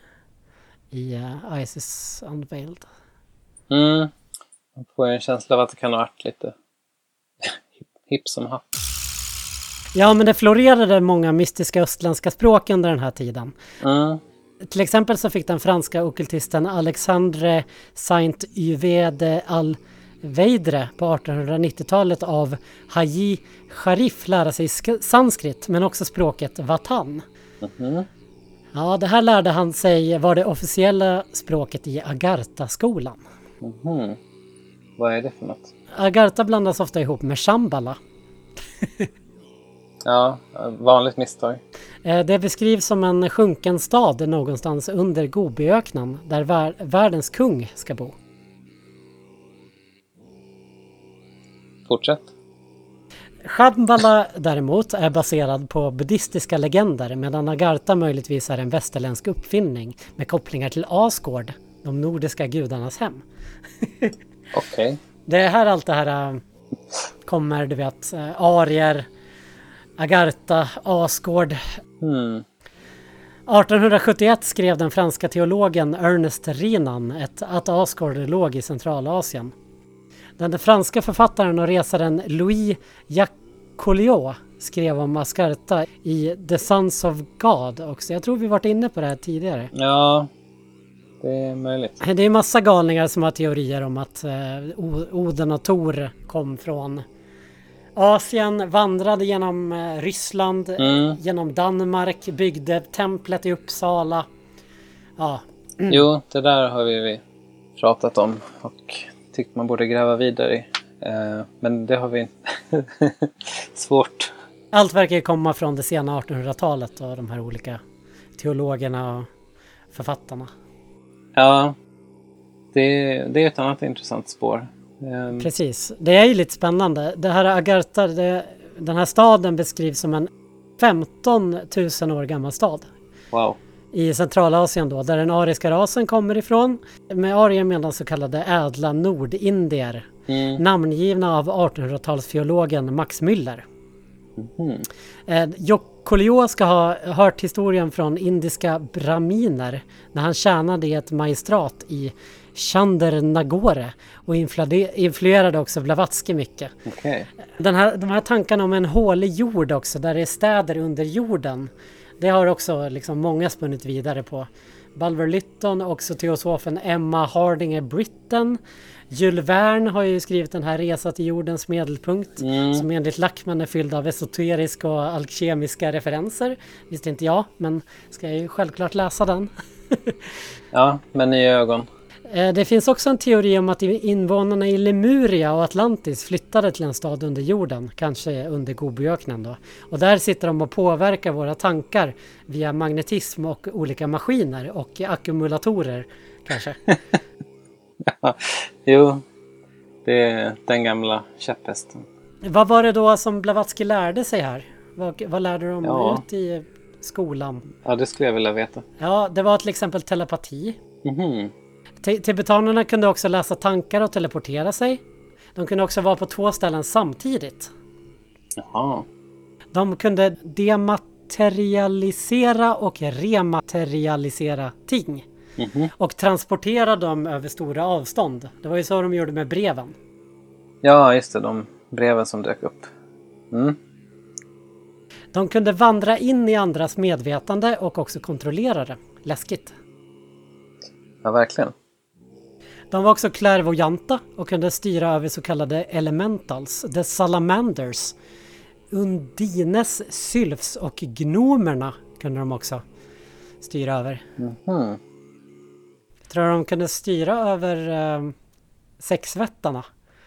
Isis Unveiled. Man får en känsla av att det kan ha varit lite hipp som happ. Ja, men det florerade många mystiska östländska språk under den här tiden. Till exempel så fick den franska ockultisten Alexandre Saint-Yves de Alveidre på 1890-talet av Haji Sharif lära sig sanskrit, men också språket Vatan. Ja, det här lärde han sig var det officiella språket i Agartha-skolan. Vad är det för något? Agartha blandas ofta ihop med Shambhala. Ja, vanligt misstag. Det beskrivs som en sjunken stad någonstans under Gobiöknen där världens kung ska bo. Fortsätt. Shambhala däremot är baserad på buddhistiska legender, medan Agartha möjligtvis är en västerländsk uppfinning med kopplingar till Asgård, de nordiska gudarnas hem. Okej. Det är här allt det här kommer, du vet, arier, Agartha, Asgård. 1871 skrev den franska teologen Ernest Renan att Asgård låg i Centralasien. Den franska författaren och resaren Louis Jacoliot skrev om Agartha i The Sons of God också. Jag tror vi varit inne på det här tidigare. Ja, det är möjligt. Det är massa galningar som har teorier om att Oden och Tor kom från Asien, vandrade genom Ryssland, genom Danmark, byggde templet i Uppsala. Ja. Jo, det där har vi pratat om och tyckt man borde gräva vidare i. Men det har vi svårt. Allt verkar komma från det sena 1800-talet och de här olika teologerna och författarna. Ja, det är ett annat intressant spår. Precis, det är ju lite spännande. Det här Agartha, den här staden beskrivs som en 15 000 år gammal stad. Wow. I Centralasien då, där den ariska rasen kommer ifrån. Med arier medan så kallade ädla nordindier. Namngivna av 1800-talsfeologen Max Müller. Jacoliot ska ha hört historien från indiska braminer när han tjänade i ett magistrat i Chandernagore och influerade också Blavatsky mycket. Okay. De här tankarna om en hålig jord också, där det är städer under jorden, det har också liksom många spunnit vidare på. Bulwer Lytton och också teosofen Emma Hardinger Britten. Jules Verne har ju skrivit den här Resa till jordens medelpunkt som enligt Lackman är fylld av esoteriska och alkemiska referenser. Visste inte jag, men ska jag ju självklart läsa den. Ja, med nya ögon. Det finns också en teori om att invånarna i Lemuria och Atlantis flyttade till en stad under jorden, kanske under Gobiöknen då. Och där sitter de och påverkar våra tankar via magnetism och olika maskiner och ackumulatorer kanske. Ja, jo, det är den gamla käpphästen. Vad var det då som Blavatsky lärde sig här? Vad lärde de ut i skolan? Ja, det skulle jag vilja veta. Ja, det var till exempel telepati. Tibetanerna kunde också läsa tankar och teleportera sig. De kunde också vara på 2 ställen samtidigt. Jaha. De kunde dematerialisera och rematerialisera ting. och transportera dem över stora avstånd. Det var ju så de gjorde med breven. Ja, just det. De breven som dök upp. De kunde vandra in i andras medvetande och också kontrollera det. Läskigt. Ja, verkligen. De var också klärvoajanta och kunde styra över så kallade elementals, the salamanders, undines, sylfs och gnomerna kunde de också styra över. Tror du de kunde styra över sexvättarna?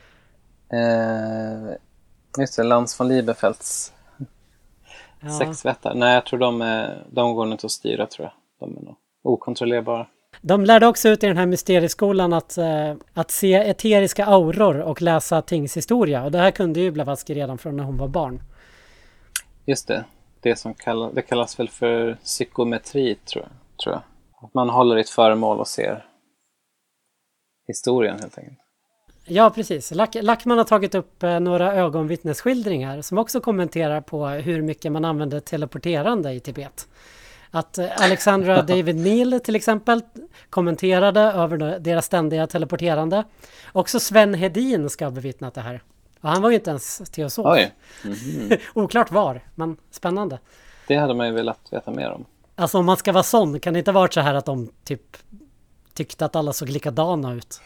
Just det, Lans von Liebefelds sexvättar. Nej, jag tror de går inte att styra, tror jag. De är nog okontrollerbara. De lärde också ut i den här mysterieskolan att se eteriska auror och läsa tingshistoria. Och det här kunde ju Blavatsky redan från när hon var barn. Just det. Det kallas väl för psykometri, tror jag. Att man håller i ett föremål och ser historien, helt enkelt. Ja, precis. Lackman har tagit upp några ögonvittnesskildringar som också kommenterar på hur mycket man använder teleporterande i Tibet. Att Alexandra David Neal till exempel kommenterade över deras ständiga teleporterande. Också Sven Hedin ska ha bevittnat det här. Och han var ju inte ens teosof. Oj. Oklart var, men spännande. Det hade man ju velat veta mer om. Alltså om man ska vara sån, kan det inte varit så här att de tyckte att alla såg likadana ut?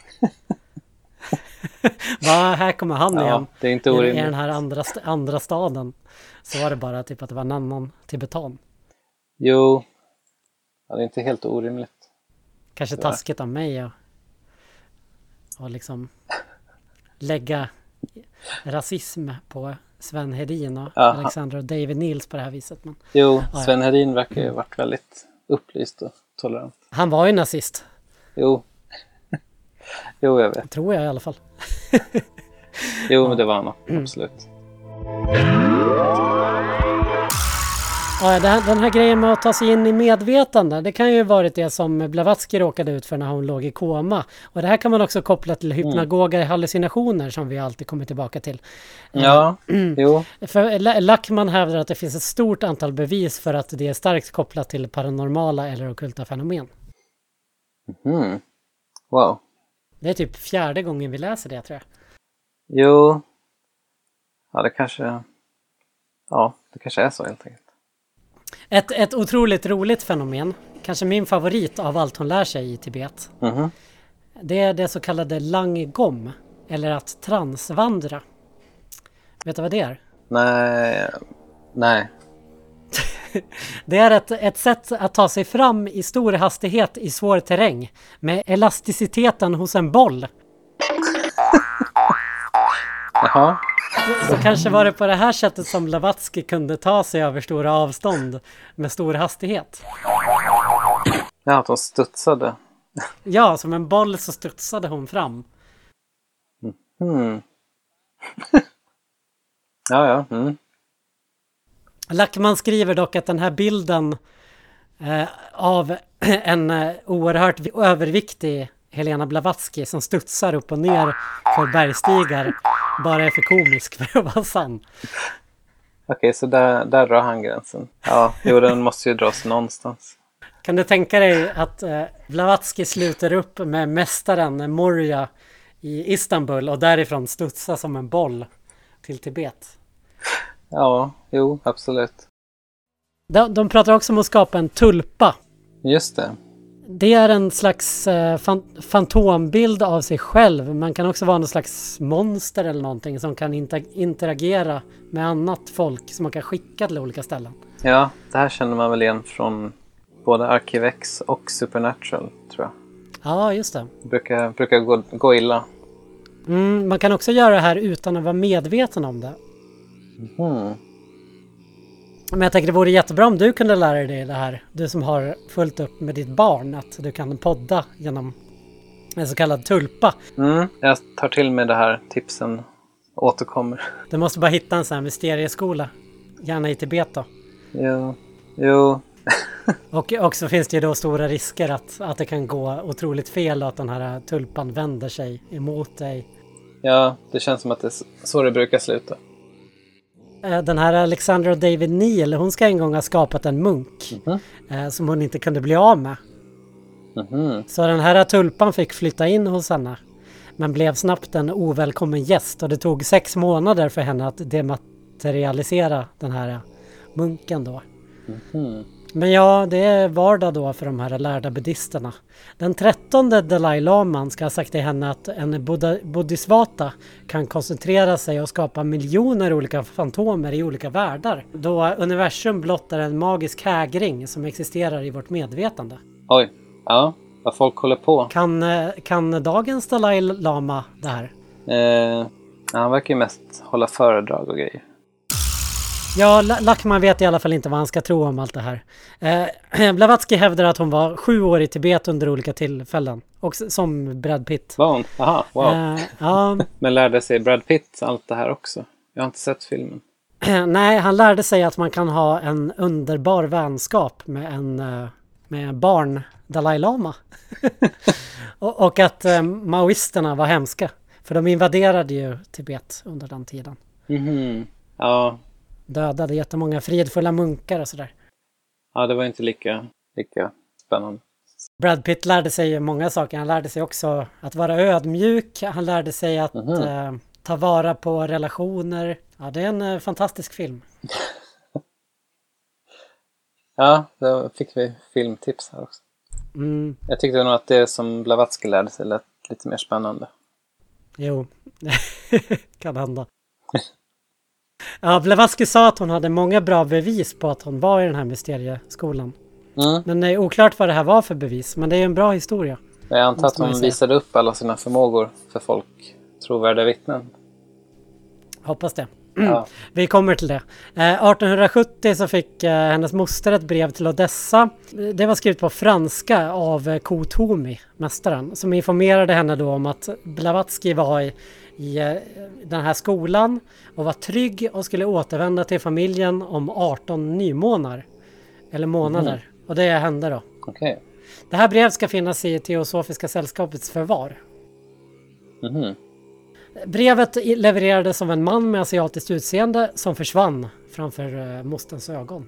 Här kommer han igen. Det är inte orimligt. I den här andra staden. Så var det bara typ att det var en annan tibetan. Jo, det är inte helt orimligt. Kanske taskigt av mig och liksom lägga rasism på Sven Hedin och Alexandra David Niels på det här viset. Men, jo, Sven Hedin verkar ju ha varit väldigt upplyst och tolerant. Han var ju nazist. Jo, jag vet. Tror jag i alla fall. Jo, men det var han absolut. Ja, den här grejen med att ta sig in i medvetande, det kan ju varit det som Blavatsky råkade ut för när hon låg i koma. Och det här kan man också koppla till hypnagoga hallucinationer som vi alltid kommer tillbaka till. Ja, jo. För Lackman hävdar att det finns ett stort antal bevis för att det är starkt kopplat till paranormala eller ockulta fenomen. Wow. Det är typ 4:e gången vi läser det, tror jag. Jo. Ja, det kanske är så helt enkelt. Ett otroligt roligt fenomen, kanske min favorit av allt hon lär sig i Tibet. Det är det så kallade Langgom, eller att transvandra. Vet du vad det är? Nej. Det är ett sätt att ta sig fram i stor hastighet i svår terräng med elasticiteten hos en boll. Jaha. Så kanske var det på det här sättet som Blavatsky kunde ta sig över stora avstånd med stor hastighet. Ja, att hon studsade. Ja, som en boll så studsade hon fram. Ja. Lackman skriver dock att den här bilden av en oerhört överviktig Helena Blavatsky som studsar upp och ner för bergstigar bara är för komisk för att vara sann. Okej, så där drar han gränsen. Ja, den måste ju dras någonstans. Kan du tänka dig att Blavatsky sluter upp med mästaren Moria i Istanbul och därifrån studsar som en boll till Tibet? Ja, jo, absolut. De pratar också om att skapa en tulpa. Just det. Det är en slags fantombild av sig själv. Man kan också vara någon slags monster eller någonting som kan interagera med annat folk som man kan skicka till olika ställen. Ja, det här känner man väl igen från både Arkivex och Supernatural, tror jag. Ja, just det. Brukar gå illa. Man kan också göra det här utan att vara medveten om det. Men jag tänker det vore jättebra om du kunde lära dig det här. Du som har fullt upp med ditt barn. Att du kan podda genom en så kallad tulpa. Jag tar till mig det här tipsen och återkommer. Du måste bara hitta en sån här mysterieskola. Gärna i Tibet då. Jo. Och så finns det ju då stora risker att det kan gå otroligt fel och att den här tulpan vänder sig emot dig. Ja, det känns som att det är så det brukar sluta. Den här Alexandra David Neal, hon ska en gång ha skapat en munk som hon inte kunde bli av med. Så den här tulpan fick flytta in hos henne, men blev snabbt en ovälkommen gäst, och det tog 6 månader för henne att dematerialisera den här munken då. Men ja, det är vardag då för de här lärda buddhisterna. Den 13:e Dalai Laman ska ha sagt till henne att en bodhisvata kan koncentrera sig och skapa miljoner olika fantomer i olika världar, då universum blott är en magisk hägring som existerar i vårt medvetande. Oj, ja, vad folk håller på. Kan dagens Dalai Lama det här? Han verkar ju mest hålla föredrag och grejer. Ja, Lachman vet i alla fall inte vad han ska tro om allt det här. Blavatsky hävdar att hon var 7 år i Tibet under olika tillfällen. Och som Brad Pitt. Var hon? Aha, wow. Ja. Men lärde sig Brad Pitt allt det här också? Jag har inte sett filmen. Nej, han lärde sig att man kan ha en underbar vänskap med barn Dalai Lama. och att maoisterna var hemska. För de invaderade ju Tibet under den tiden. Ja. Dödade jättemånga fridfulla munkar och sådär. Ja, det var inte lika spännande. Brad Pitt lärde sig många saker. Han lärde sig också att vara ödmjuk. Han lärde sig att ta vara på relationer. Ja, det är en fantastisk film. Ja, då fick vi filmtips här också. Jag tyckte nog att det som Blavatsky lärde sig lät lite mer spännande. Jo, kan hända. Ja, Blavatsky sa att hon hade många bra bevis på att hon var i den här mysterieskolan. Men det är oklart vad det här var för bevis. Men det är en bra historia. Jag antar att hon visade upp alla sina förmågor för folk. Trovärdiga vittnen. Hoppas det. Ja. Vi kommer till det. 1870 så fick hennes moster ett brev till Odessa. Det var skrivet på franska av Kotomi, mästaren, som informerade henne då om att Blavatsky var i den här skolan och var trygg och skulle återvända till familjen om 18 nymånader. Eller månader. Och det hände då. Okay. Det här brevet ska finnas i Teosofiska sällskapets förvar. Brevet levererades av en man med asiatiskt utseende som försvann framför mosterns ögon.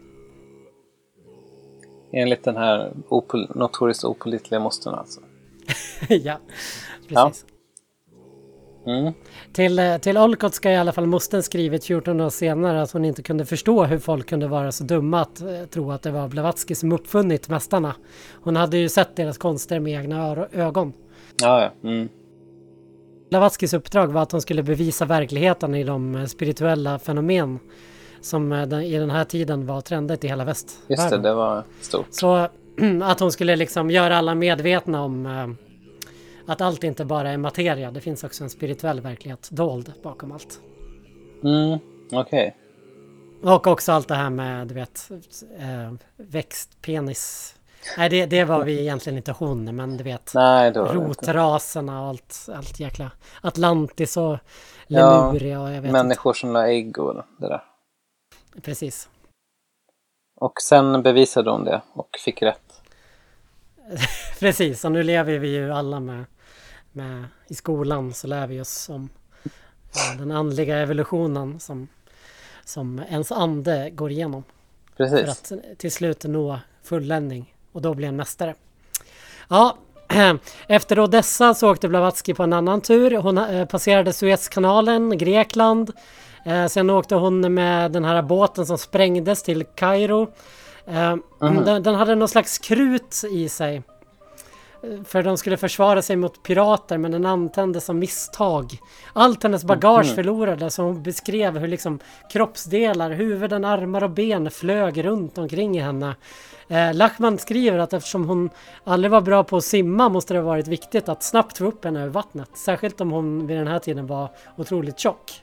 Enligt den här notoriskt opålitliga mostern alltså. Ja, precis. Ja. Till Olcott ska i alla fall mostern skrivit 14 år senare att hon inte kunde förstå hur folk kunde vara så dumma att tro att det var Blavatsky som uppfunnit mästarna. Hon hade ju sett deras konster med egna ögon. Ja. Blavatskys uppdrag var att hon skulle bevisa verkligheten i de spirituella fenomen som i den här tiden var trendigt i hela västvärlden. Just det var stort. Så att hon skulle liksom göra alla medvetna om att allt inte bara är materia. Det finns också en spirituell verklighet dold bakom allt. Okej. Och också allt det här med, du vet, växtpenis. Nej, det var vi egentligen inte hon, men du vet. Nej, då rotraserna och allt jäkla Atlantis och Lemuria och jag vet människor som la ägg och det där. Precis. Och sen bevisade hon det och fick rätt. Precis, och nu lever vi ju alla med i skolan så lär vi oss om den andliga evolutionen som ens ande går igenom. Precis. För att till slut nå fulländning och då bli en mästare. Ja, efter Odessa så åkte Blavatsky på en annan tur. Hon passerade Suezkanalen, Grekland. Sen åkte hon med den här båten som sprängdes till Kairo. Den hade någon slags krut i sig. För de skulle försvara sig mot pirater, men den antändes som misstag. Allt hennes bagage förlorades, så hon beskrev hur liksom kroppsdelar, huvuden, armar och ben flög runt omkring i henne. Lachman skriver att eftersom hon aldrig var bra på att simma måste det ha varit viktigt att snabbt få upp henne över vattnet. Särskilt om hon vid den här tiden var otroligt tjock.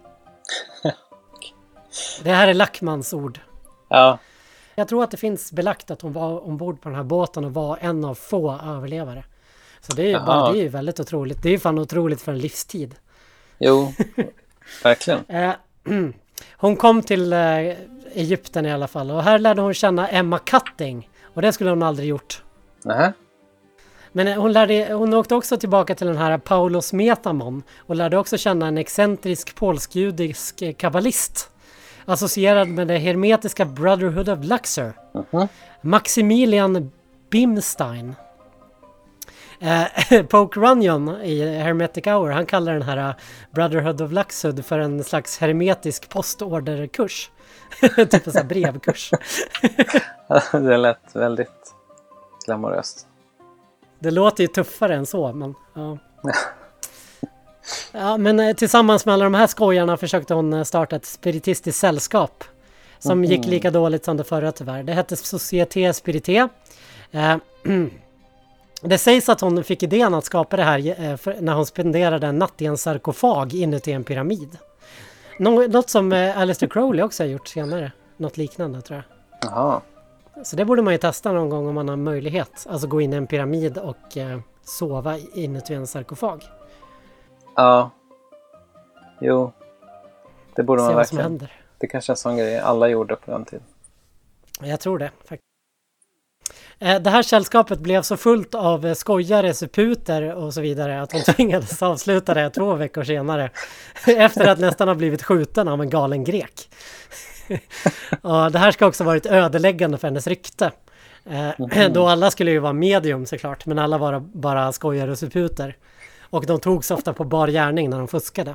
Det här är Lachmans ord. Ja. Jag tror att det finns belagt att hon var ombord på den här båten och var en av få överlevare. Så det är ju väldigt otroligt. Det är ju fan otroligt för en livstid. Jo, verkligen. Hon kom till Egypten i alla fall. Och här lärde hon känna Emma Cutting. Och det skulle hon aldrig gjort. Nähä. Men hon åkte också tillbaka till den här Paulos Metamon. Och lärde också känna en excentrisk polsk-judisk kabbalist. Associerad med det hermetiska Brotherhood of Luxor. Maximilian Bimstein. Poke Runyon i Hermetic Hour, han kallar den här Brotherhood of Luxhood för en slags hermetisk postorderkurs. Typ en sån här brevkurs. Det lät väldigt glamoröst. Det låter ju tuffare än så, men ja. Ja, men tillsammans med alla de här skojarna försökte hon starta ett spiritistiskt sällskap som gick lika dåligt som det förra tyvärr. Det hette Société Spirité. Det sägs att hon fick idén att skapa det här när hon spenderade en natt i en sarkofag inuti en pyramid. Något som Aleister Crowley också har gjort senare. Något liknande tror jag. Jaha. Så det borde man ju testa någon gång om man har möjlighet. Alltså gå in i en pyramid och sova inuti en sarkofag. Ja. Jo. Det borde man Se vad som verkligen. händer. Det kanske är en sån grej alla gjorde på den tiden. Jag tror det faktiskt. Det här sällskapet blev så fullt av skojare, suputer och så vidare att hon tvingades avsluta det 2 veckor senare. Efter att nästan ha blivit skjuten av en galen grek. Och det här ska också ha varit ödeläggande för hennes rykte. Då alla skulle ju vara medium såklart, men alla var bara skojare och suputer. Och de togs ofta på bar gärning när de fuskade.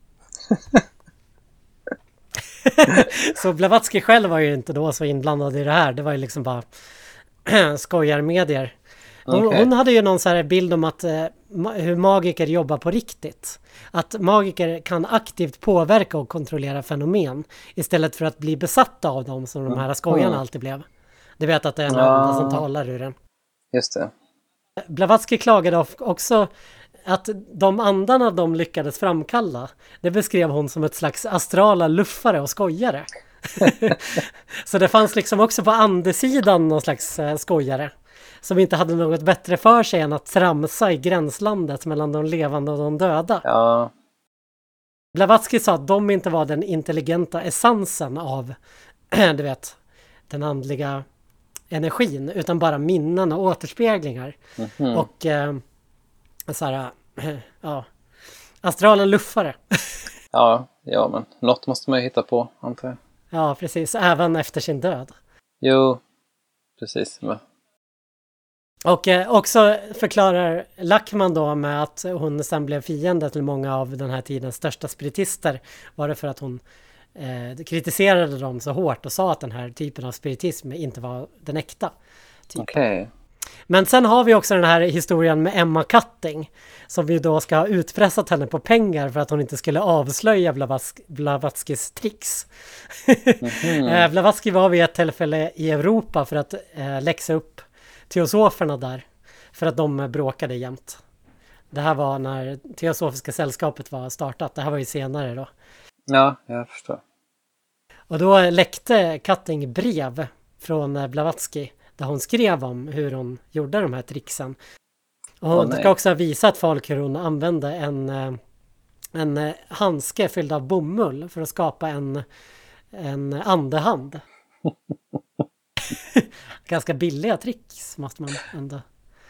Så Blavatsky själv var ju inte då så inblandad i det här. Det var ju liksom bara skojarmedier. Hon hade ju någon så här bild om att hur magiker jobbar på riktigt. Att magiker kan aktivt påverka och kontrollera fenomen istället för att bli besatta av dem som de här skojarna alltid blev. Det vet att det är en anda som talar ur den. Just det. Blavatsky klagade också att de andarna de lyckades framkalla, det beskrev hon som ett slags astrala luffare och skojare. Så det fanns liksom också på andesidan någon slags skojare som inte hade något bättre för sig än att tramsa i gränslandet mellan de levande och de döda. Ja. Blavatsky sa att de inte var den intelligenta essensen av du vet, den andliga energin, utan bara minnen och återspeglingar. Och så här, ja, astrala luffare. Ja, men något måste man ju hitta på, antar jag. Ja, precis. Även efter sin död. Jo, precis. Och också förklarar Lackman då med att hon sen blev fiende till många av den här tidens största spiritister. Var det för att hon kritiserade dem så hårt och sa att den här typen av spiritism inte var den äkta. Okej. Men sen har vi också den här historien med Emma Cutting som vi då ska ha utpressat henne på pengar för att hon inte skulle avslöja Blavatskys tricks. Blavatsky var vid ett tillfälle i Europa för att läxa upp teosoferna där för att de bråkade jämt. Det här var när Teosofiska sällskapet var startat. Det här var ju senare då. Ja, jag förstår. Och då läckte Cutting brev från Blavatsky där hon skrev om hur hon gjorde de här tricksen. Och hon ska också ha visat folk hur hon använde en handske fylld av bomull för att skapa en andehand. Ganska billiga tricks måste man ändå.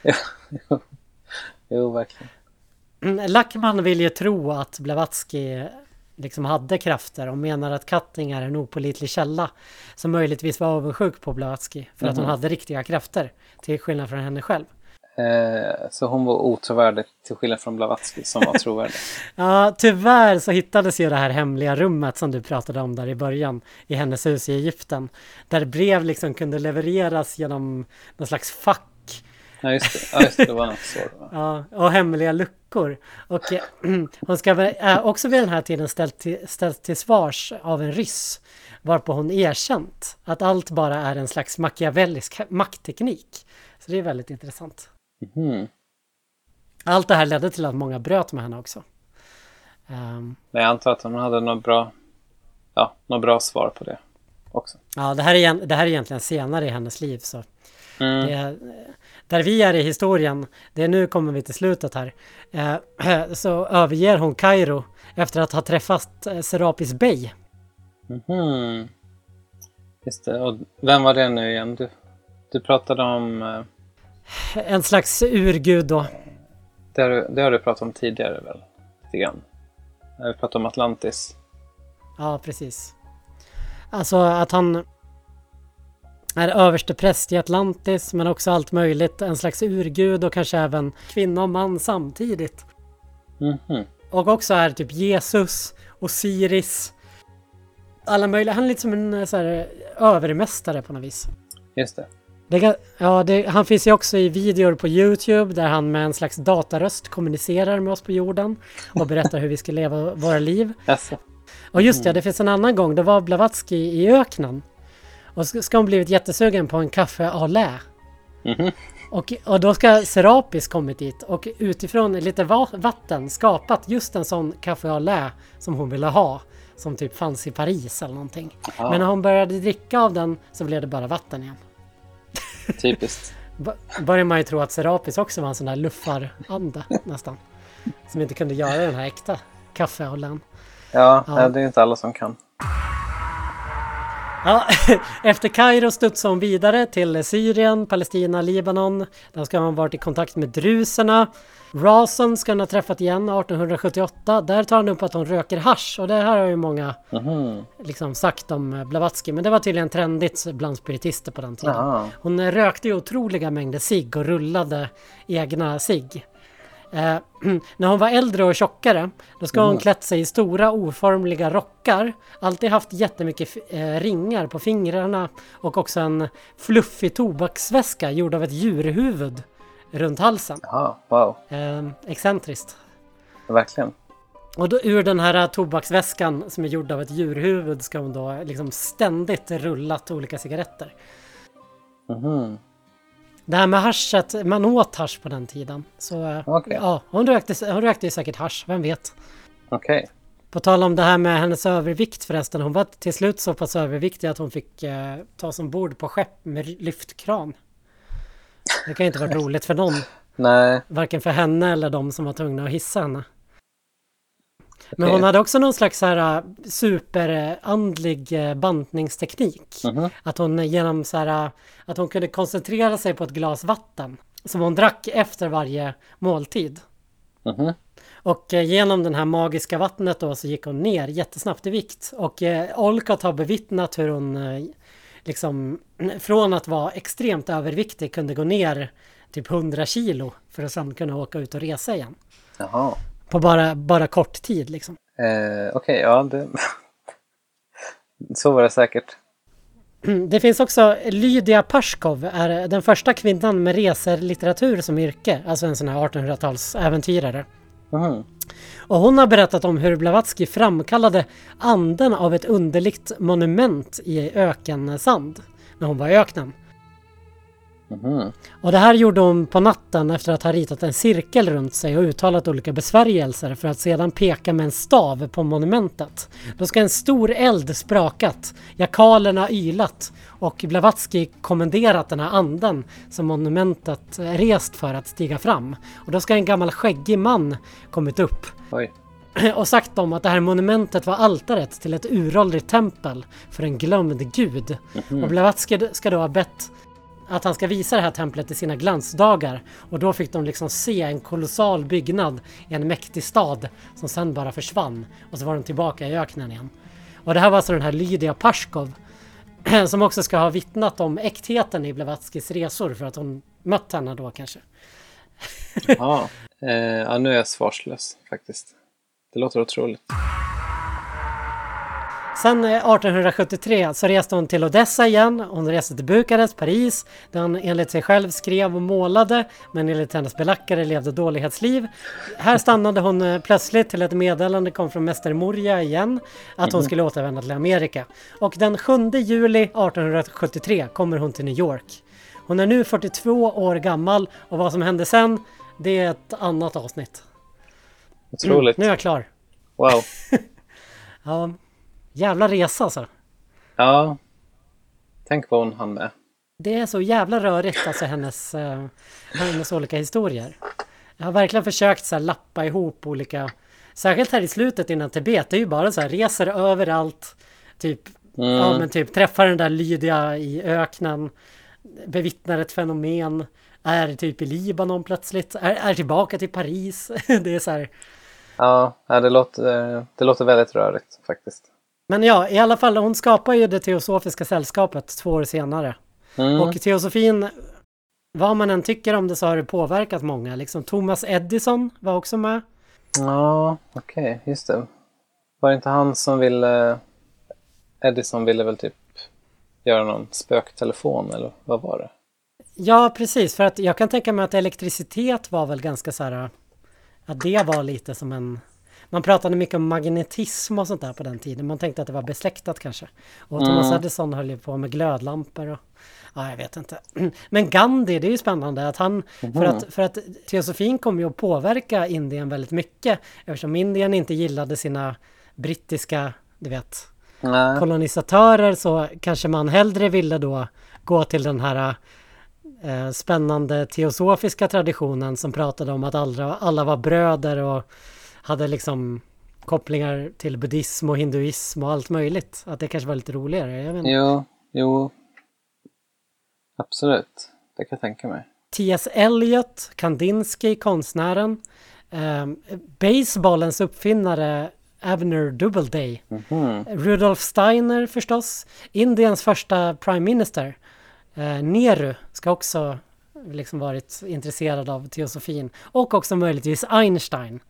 Jo, verkligen. Lackman vill ju tro att Blavatsky liksom hade krafter och menar att Cutting är en opålitlig källa som möjligtvis var avundsjuk på Blavatsky för att hon hade riktiga krafter till skillnad från henne själv. Så hon var otrovärdig till skillnad från Blavatsky som var trovärdig. Ja, tyvärr så hittades ju det här hemliga rummet som du pratade om där i början i hennes hus i Egypten. Där brev liksom kunde levereras genom någon slags fack. Ja, just det. Det var något så. Ja, och hemliga luckor. Och hon ska också vid den här tiden ställt till svars av en ryss varpå hon erkänt att allt bara är en slags machiavellisk maktteknik. Så det är väldigt intressant. Allt det här ledde till att många bröt med henne också. Men jag antar att hon hade något bra svar på det också. Ja, det här är egentligen senare i hennes liv. Så där vi är i historien, nu kommer vi till slutet här, så överger hon Kairo efter att ha träffat Serapis Bey. Just det, och vem var det nu igen? Du pratade om... En slags urgud då. Det har du pratat om tidigare väl? Lite grann. Vi pratade om Atlantis. Ja, precis. Alltså att är överste präst i Atlantis, men också allt möjligt. En slags urgud och kanske även kvinna och man samtidigt. Mhm. Och också är typ Jesus, Osiris, alla möjliga. Han är lite som en så här, övermästare på något vis. Just det. Han finns ju också i videor på YouTube där han med en slags dataröst kommunicerar med oss på jorden och berättar hur vi ska leva våra liv. Alltså. Och just det finns en annan gång. Det var Blavatsky i öknen. Och ska hon blivit jättesugen på en kaffe au lait. Mhm. Och då ska Serapis kommit dit och utifrån lite vatten skapat just en sån kaffe au lait som hon ville ha. Som typ fanns i Paris eller någonting. Ja. Men när hon började dricka av den så blev det bara vatten igen. Typiskt. Börjar man ju tro att Serapis också var en sån där luffarande nästan. Som inte kunde göra den här äkta kaffe au lait. Ja, Ja. det är inte alla som kan. Ja, efter Kairo studsade hon vidare till Syrien, Palestina, Libanon. Där ska hon varit i kontakt med druserna. Rawson ska hon ha träffat igen 1878. Där tar han upp att hon röker hasch. Och det här har ju många liksom sagt om Blavatsky. Men det var tydligen trendigt bland spiritister på den tiden. Aha. Hon rökte ju otroliga mängder cigg och rullade egna cigg. När hon var äldre och tjockare, då ska hon klätt sig i stora oformliga rockar, alltid haft jättemycket ringar på fingrarna och också en fluffig tobaksväska gjord av ett djurhuvud runt halsen. Ja, wow. Excentriskt. Verkligen. Och då, ur den här tobaksväskan som är gjord av ett djurhuvud ska hon då liksom ständigt rulla olika cigaretter. Mhm. Det här med haschet, man åt hasch på den tiden. Så Okej. ja, hon rökte ju säkert hasch, vem vet. Okej. På tal om det här med hennes övervikt förresten. Hon var till slut så pass överviktig att hon fick tas ombord på skepp med lyftkran. Det kan inte vara roligt för någon. Nej. Varken för henne eller de som var tvungna att hissa henne. Men Okej. hon hade också någon slags så här superandlig bantningsteknik. Att hon genom så här, att hon kunde koncentrera sig på ett glas vatten som hon drack efter varje måltid. Mhm. Och genom den här magiska vattnet då så gick hon ner jättesnabbt i vikt. Och Olcott har bevittnat hur hon liksom från att vara extremt överviktig kunde gå ner typ 100 kilo för att sedan kunna åka ut och resa igen. Jaha. På bara kort tid liksom. Okej, ja det... Så var det säkert. Det finns också Lydia Pashkov är den första kvinnan med reserlitteratur som yrke. Alltså en sån här 1800-tals äventyrare. Mhm. Och hon har berättat om hur Blavatsky framkallade anden av ett underligt monument i ökensand när hon var i öknen. Mhm. Och det här gjorde hon på natten efter att ha ritat en cirkel runt sig och uttalat olika besvärjelser för att sedan peka med en stav på monumentet. Då ska en stor eld sprakat, jakalerna ylat och Blavatsky kommenderat den här anden som monumentet rest för att stiga fram. Och då ska en gammal skäggig man kommit upp Oj. och sagt om att det här monumentet var altaret till ett uråldrigt tempel för en glömd gud. Och Blavatsky ska då ha bett att han ska visa det här templet i sina glansdagar. Och då fick de liksom se en kolossal byggnad i en mäktig stad som sen bara försvann. Och så var de tillbaka i öknen igen. Och det här var alltså den här Lydia Pashkov som också ska ha vittnat om äktheten i Blavatskys resor för att hon mött henne då kanske. Ja. Ja, nu är jag svarslös faktiskt. Det låter otroligt. Sen 1873 så reste hon till Odessa igen. Hon reste till Bukarest, Paris, där hon enligt sig själv skrev och målade, men enligt hennes belackare levde dålighetsliv. Här stannade hon plötsligt till ett meddelande kom från mästare Moria igen att hon skulle återvända till Amerika. Och den 7 juli 1873 kommer hon till New York. Hon är nu 42 år gammal och vad som hände sen, det är ett annat avsnitt. Otroligt. Nu är jag klar. Wow. Ja, jävla resa alltså. Ja. Tänk vad hon hann med. Det är så jävla rörigt alltså hennes olika historier. Jag har verkligen försökt så här, lappa ihop olika, särskilt här i slutet innan Tibet, det är ju bara så här reser överallt, typ ja men typ träffar den där Lydia i öknen, bevittnar ett fenomen, är typ i Libanon plötsligt, är tillbaka till Paris. Det är så här. Ja, det låter väldigt rörigt faktiskt. Men ja, i alla fall hon skapar ju det teosofiska sällskapet 2 år senare. Och teosofin, vad man än tycker om det, så har det påverkat många. Liksom Thomas Edison var också med. Ja, okej, just det. Var det inte han som ville... Edison ville väl typ göra någon spöktelefon, eller vad var det? Ja, precis. För att jag kan tänka mig att elektricitet var väl ganska så här... Att det var lite som en... Man pratade mycket om magnetism och sånt där på den tiden. Man tänkte att det var besläktat kanske. Och Thomas Edison höll ju på med glödlampor och... Ja, jag vet inte. Men Gandhi, det är ju spännande att han... För att teosofin kom ju att påverka Indien väldigt mycket. Eftersom Indien inte gillade sina brittiska, du vet... kolonisatörer, så kanske man hellre ville då gå till den här spännande teosofiska traditionen som pratade om att alla var bröder och hade liksom kopplingar till buddhism och hinduism och allt möjligt. Att det kanske var lite roligare, jag vet inte. Jo. Absolut, det kan jag tänka mig. T.S. Eliot, Kandinsky, konstnären, baseballens uppfinnare Abner Doubleday, Rudolf Steiner förstås, Indiens första prime minister, Nehru ska också liksom varit intresserad av teosofin, och också möjligtvis Einstein.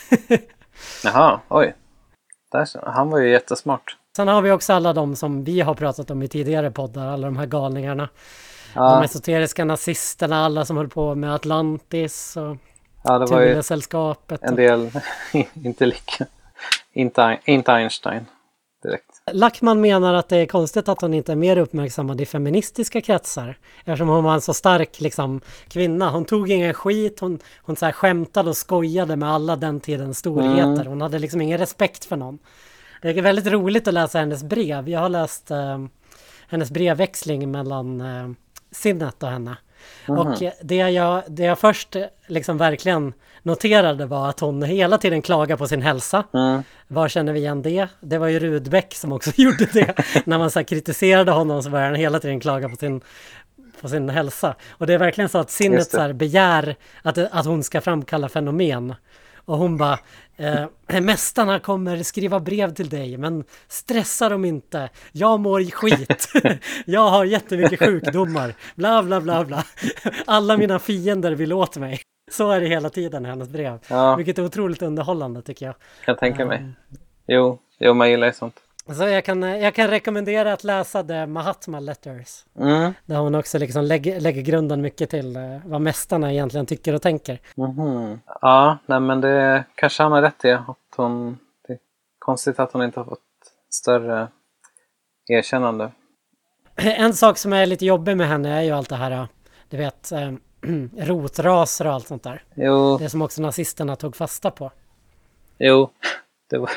Jaha, oj. Han var ju jättesmart. Sen har vi också alla de som vi har pratat om i tidigare poddar, alla de här galningarna. De esoteriska nazisterna, alla som höll på med Atlantis och det var ju sällskapet. En del, inte lika. Inte Einstein direkt. Lackman menar att det är konstigt att hon inte är mer uppmärksammad i feministiska kretsar. Eftersom hon var en så stark liksom, kvinna. Hon tog ingen skit. Hon så här skämtade och skojade med alla den tidens storheter. Hon hade liksom ingen respekt för någon. Det är väldigt roligt att läsa hennes brev. Jag har läst hennes brevväxling mellan Sinnet och henne. Och det jag först liksom verkligen noterade var att hon hela tiden klagar på sin hälsa. Var känner vi igen det? Det var ju Rudbeck som också gjorde det. När man så här kritiserade honom så började han hela tiden klaga på sin hälsa. Och det är verkligen så att sinnet så här begär att hon ska framkalla fenomen. Och hon bara, mästarna kommer skriva brev till dig, men stressa dem inte. Jag mår skit. Jag har jättemycket sjukdomar. Bla bla bla bla. Alla mina fiender vill åt mig. Så är det hela tiden i hennes brev. Ja. Vilket är otroligt underhållande tycker jag. Jag tänker mig. Jo, man gillar ju sånt. Så jag kan rekommendera att läsa The Mahatma Letters. Där hon också liksom lägger grunden mycket till vad mästarna egentligen tycker och tänker. Ja, nej men det kanske han har rätt i. Det är konstigt att hon inte har fått större erkännande. En sak som är lite jobbig med henne är ju allt det här, du vet, rotraser och allt sånt där. Jo. Det som också nazisterna tog fasta på. Jo, det var...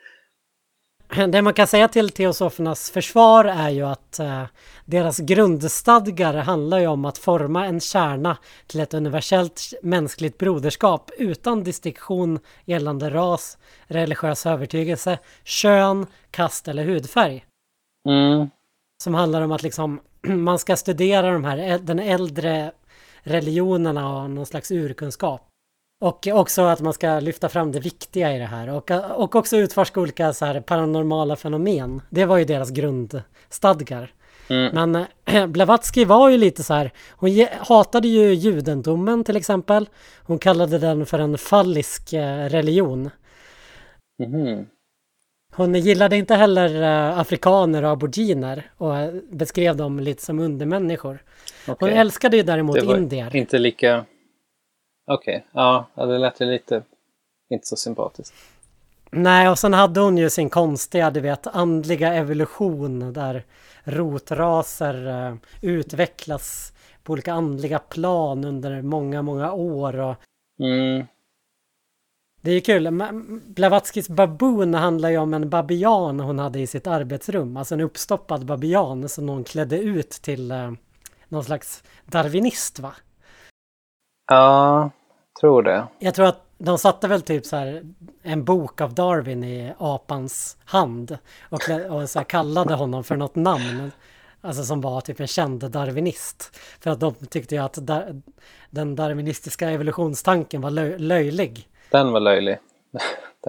Det man kan säga till teosofernas försvar är ju att deras grundstadgar handlar ju om att forma en kärna till ett universellt mänskligt broderskap utan distinktion gällande ras, religiös övertygelse, kön, kast eller hudfärg. Som handlar om att liksom, man ska studera den äldre religionerna och någon slags urkunskap. Och också att man ska lyfta fram det viktiga i det här. Och också utforska olika så här paranormala fenomen. Det var ju deras grundstadgar. Men Blavatsky var ju lite så här. Hon hatade ju judendomen till exempel. Hon kallade den för en fallisk religion. Hon gillade inte heller afrikaner och aboriginer. Och beskrev dem lite som undermänniskor. Hon älskade ju däremot indier. Inte lika... Okej, ja, det lät ju lite inte så sympatiskt. Nej, och sen hade hon ju sin konstiga, du vet, andliga evolution där rotraser utvecklas på olika andliga plan under många, många år. Och det är ju kul. Blavatskys baboon handlar ju om en babian hon hade i sitt arbetsrum. Alltså en uppstoppad babian som någon klädde ut till någon slags darwinist, va? Ja, tror det. Jag tror att de satte väl typ så här en bok av Darwin i apans hand och så här kallade honom för något namn. Alltså som var typ en känd darwinist. För att de tyckte ju att den darwinistiska evolutionstanken var löjlig. Den var löjlig.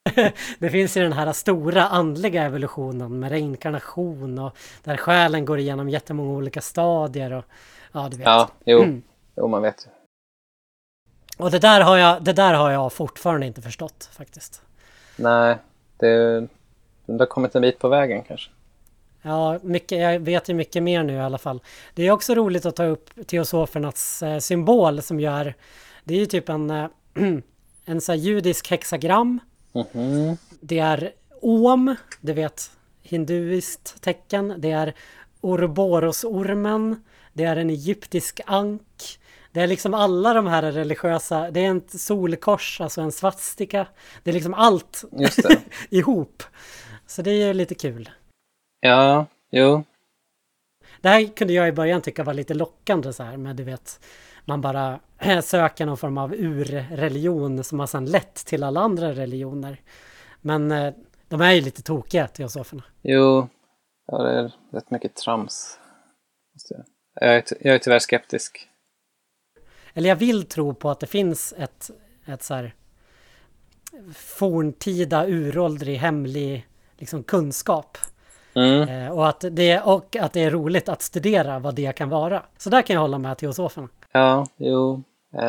Det finns ju den här stora andliga evolutionen med reinkarnation och där själen går igenom jättemånga olika stadier och ja, du vet. Ja, jo, man vet ju. Och det där har jag fortfarande inte förstått faktiskt. Nej, det har kommit en bit på vägen kanske. Ja, jag vet ju mycket mer nu i alla fall. Det är också roligt att ta upp teosofernas symbol som gör, det är ju typ en så här judisk hexagram. Mhm. Det är om, du vet, hinduiskt tecken. Det är Ouroboros-ormen. Det är en egyptisk ank. Det är liksom alla de här religiösa, det är en solkors, alltså en svastika. Det är liksom allt Just det. ihop. Så det är ju lite kul. Ja, jo. Det här kunde jag i början tycka var lite lockande så här, men du vet, man bara söker någon form av urreligion som har sedan lett till alla andra religioner. Men de är ju lite tokiga, teosoferna. Jo, ja, det är rätt mycket trams. Jag är tyvärr skeptisk. Eller jag vill tro på att det finns ett så här forntida, uråldrig, hemlig liksom kunskap. Och att det är roligt att studera vad det kan vara. Så där kan jag hålla med teosoferna. Ja, jo.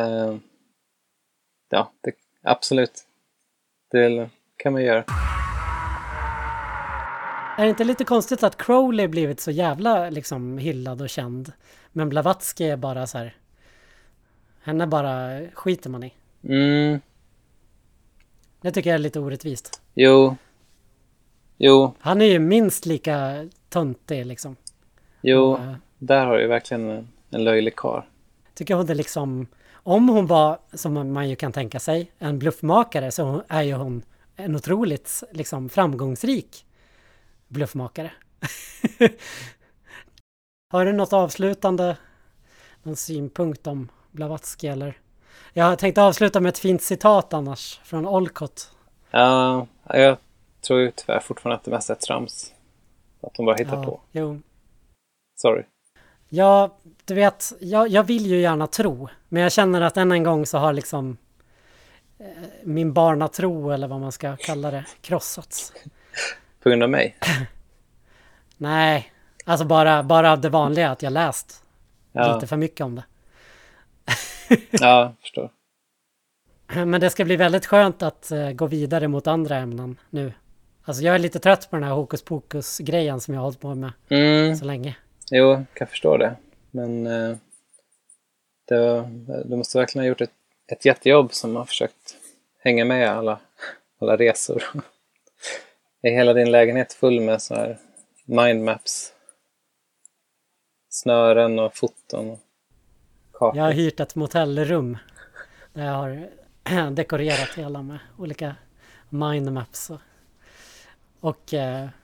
Ja, absolut. Det kan man göra. Är det inte lite konstigt att Crowley blivit så jävla liksom hyllad och känd, men Blavatsky är bara så här, henne bara skiter man i. Det tycker jag är lite orättvist. Jo. Han är ju minst lika töntig liksom. Jo, där har ju verkligen en löjlig karl. Tycker hon det liksom, om hon var, som man ju kan tänka sig, en bluffmakare, så är ju hon en otroligt liksom framgångsrik bluffmakare. Har du något avslutande, någon synpunkt om Blavatsky eller? Jag tänkte avsluta med ett fint citat annars från Olcott. Ja, jag tror ju tyvärr fortfarande att det mest är trams. Att de bara hittar på. Jo. Sorry. Ja, du vet, jag vill ju gärna tro. Men jag känner att än en gång så har liksom min barnatro, eller vad man ska kalla det, krossats. På grund av mig? Nej, alltså bara av det vanliga att jag läst lite för mycket om det. Ja, jag förstår. Men det ska bli väldigt skönt att gå vidare mot andra ämnen nu. Alltså jag är lite trött på den här hokus pokus-grejen som jag har hållit på med så länge. Jo, jag kan förstå det. Men du måste verkligen ha gjort ett jättejobb som har försökt hänga med alla resor. Är hela din lägenhet full med så här mindmaps? Snören och foton och kartor. Jag har hyrt ett motellrum där jag har dekorerat hela med olika mindmaps och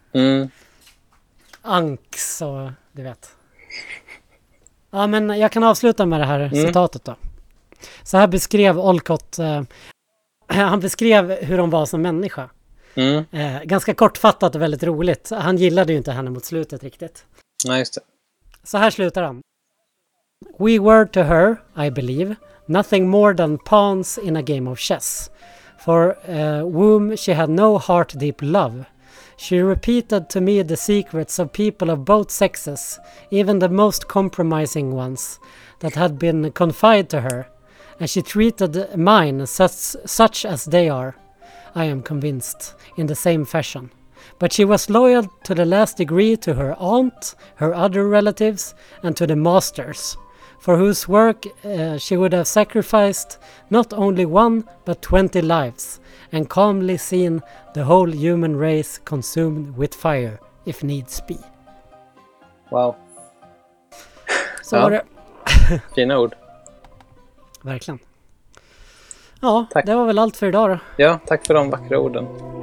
anks och du vet. Ja, men jag kan avsluta med det här citatet då. Så här beskrev Olcott, han beskrev hur hon var som människa. Ganska kortfattat och väldigt roligt. Han gillade ju inte henne mot slutet riktigt. Nej, just det. Så här slutar han. We were to her, I believe, nothing more than pawns in a game of chess, for whom she had no heart-deep love. She repeated to me the secrets of people of both sexes, even the most compromising ones, that had been confided to her, and she treated mine such as they are, I am convinced, in the same fashion. But she was loyal to the last degree to her aunt, her other relatives, and to the masters, for whose work she would have sacrificed not only 1 but 20 lives, and calmly seen the whole human race consumed with fire, if needs be. Wow. Så var det. Fina ord. Verkligen. Ja, Tack. Det var väl allt för idag då. Ja, tack för de vackra orden.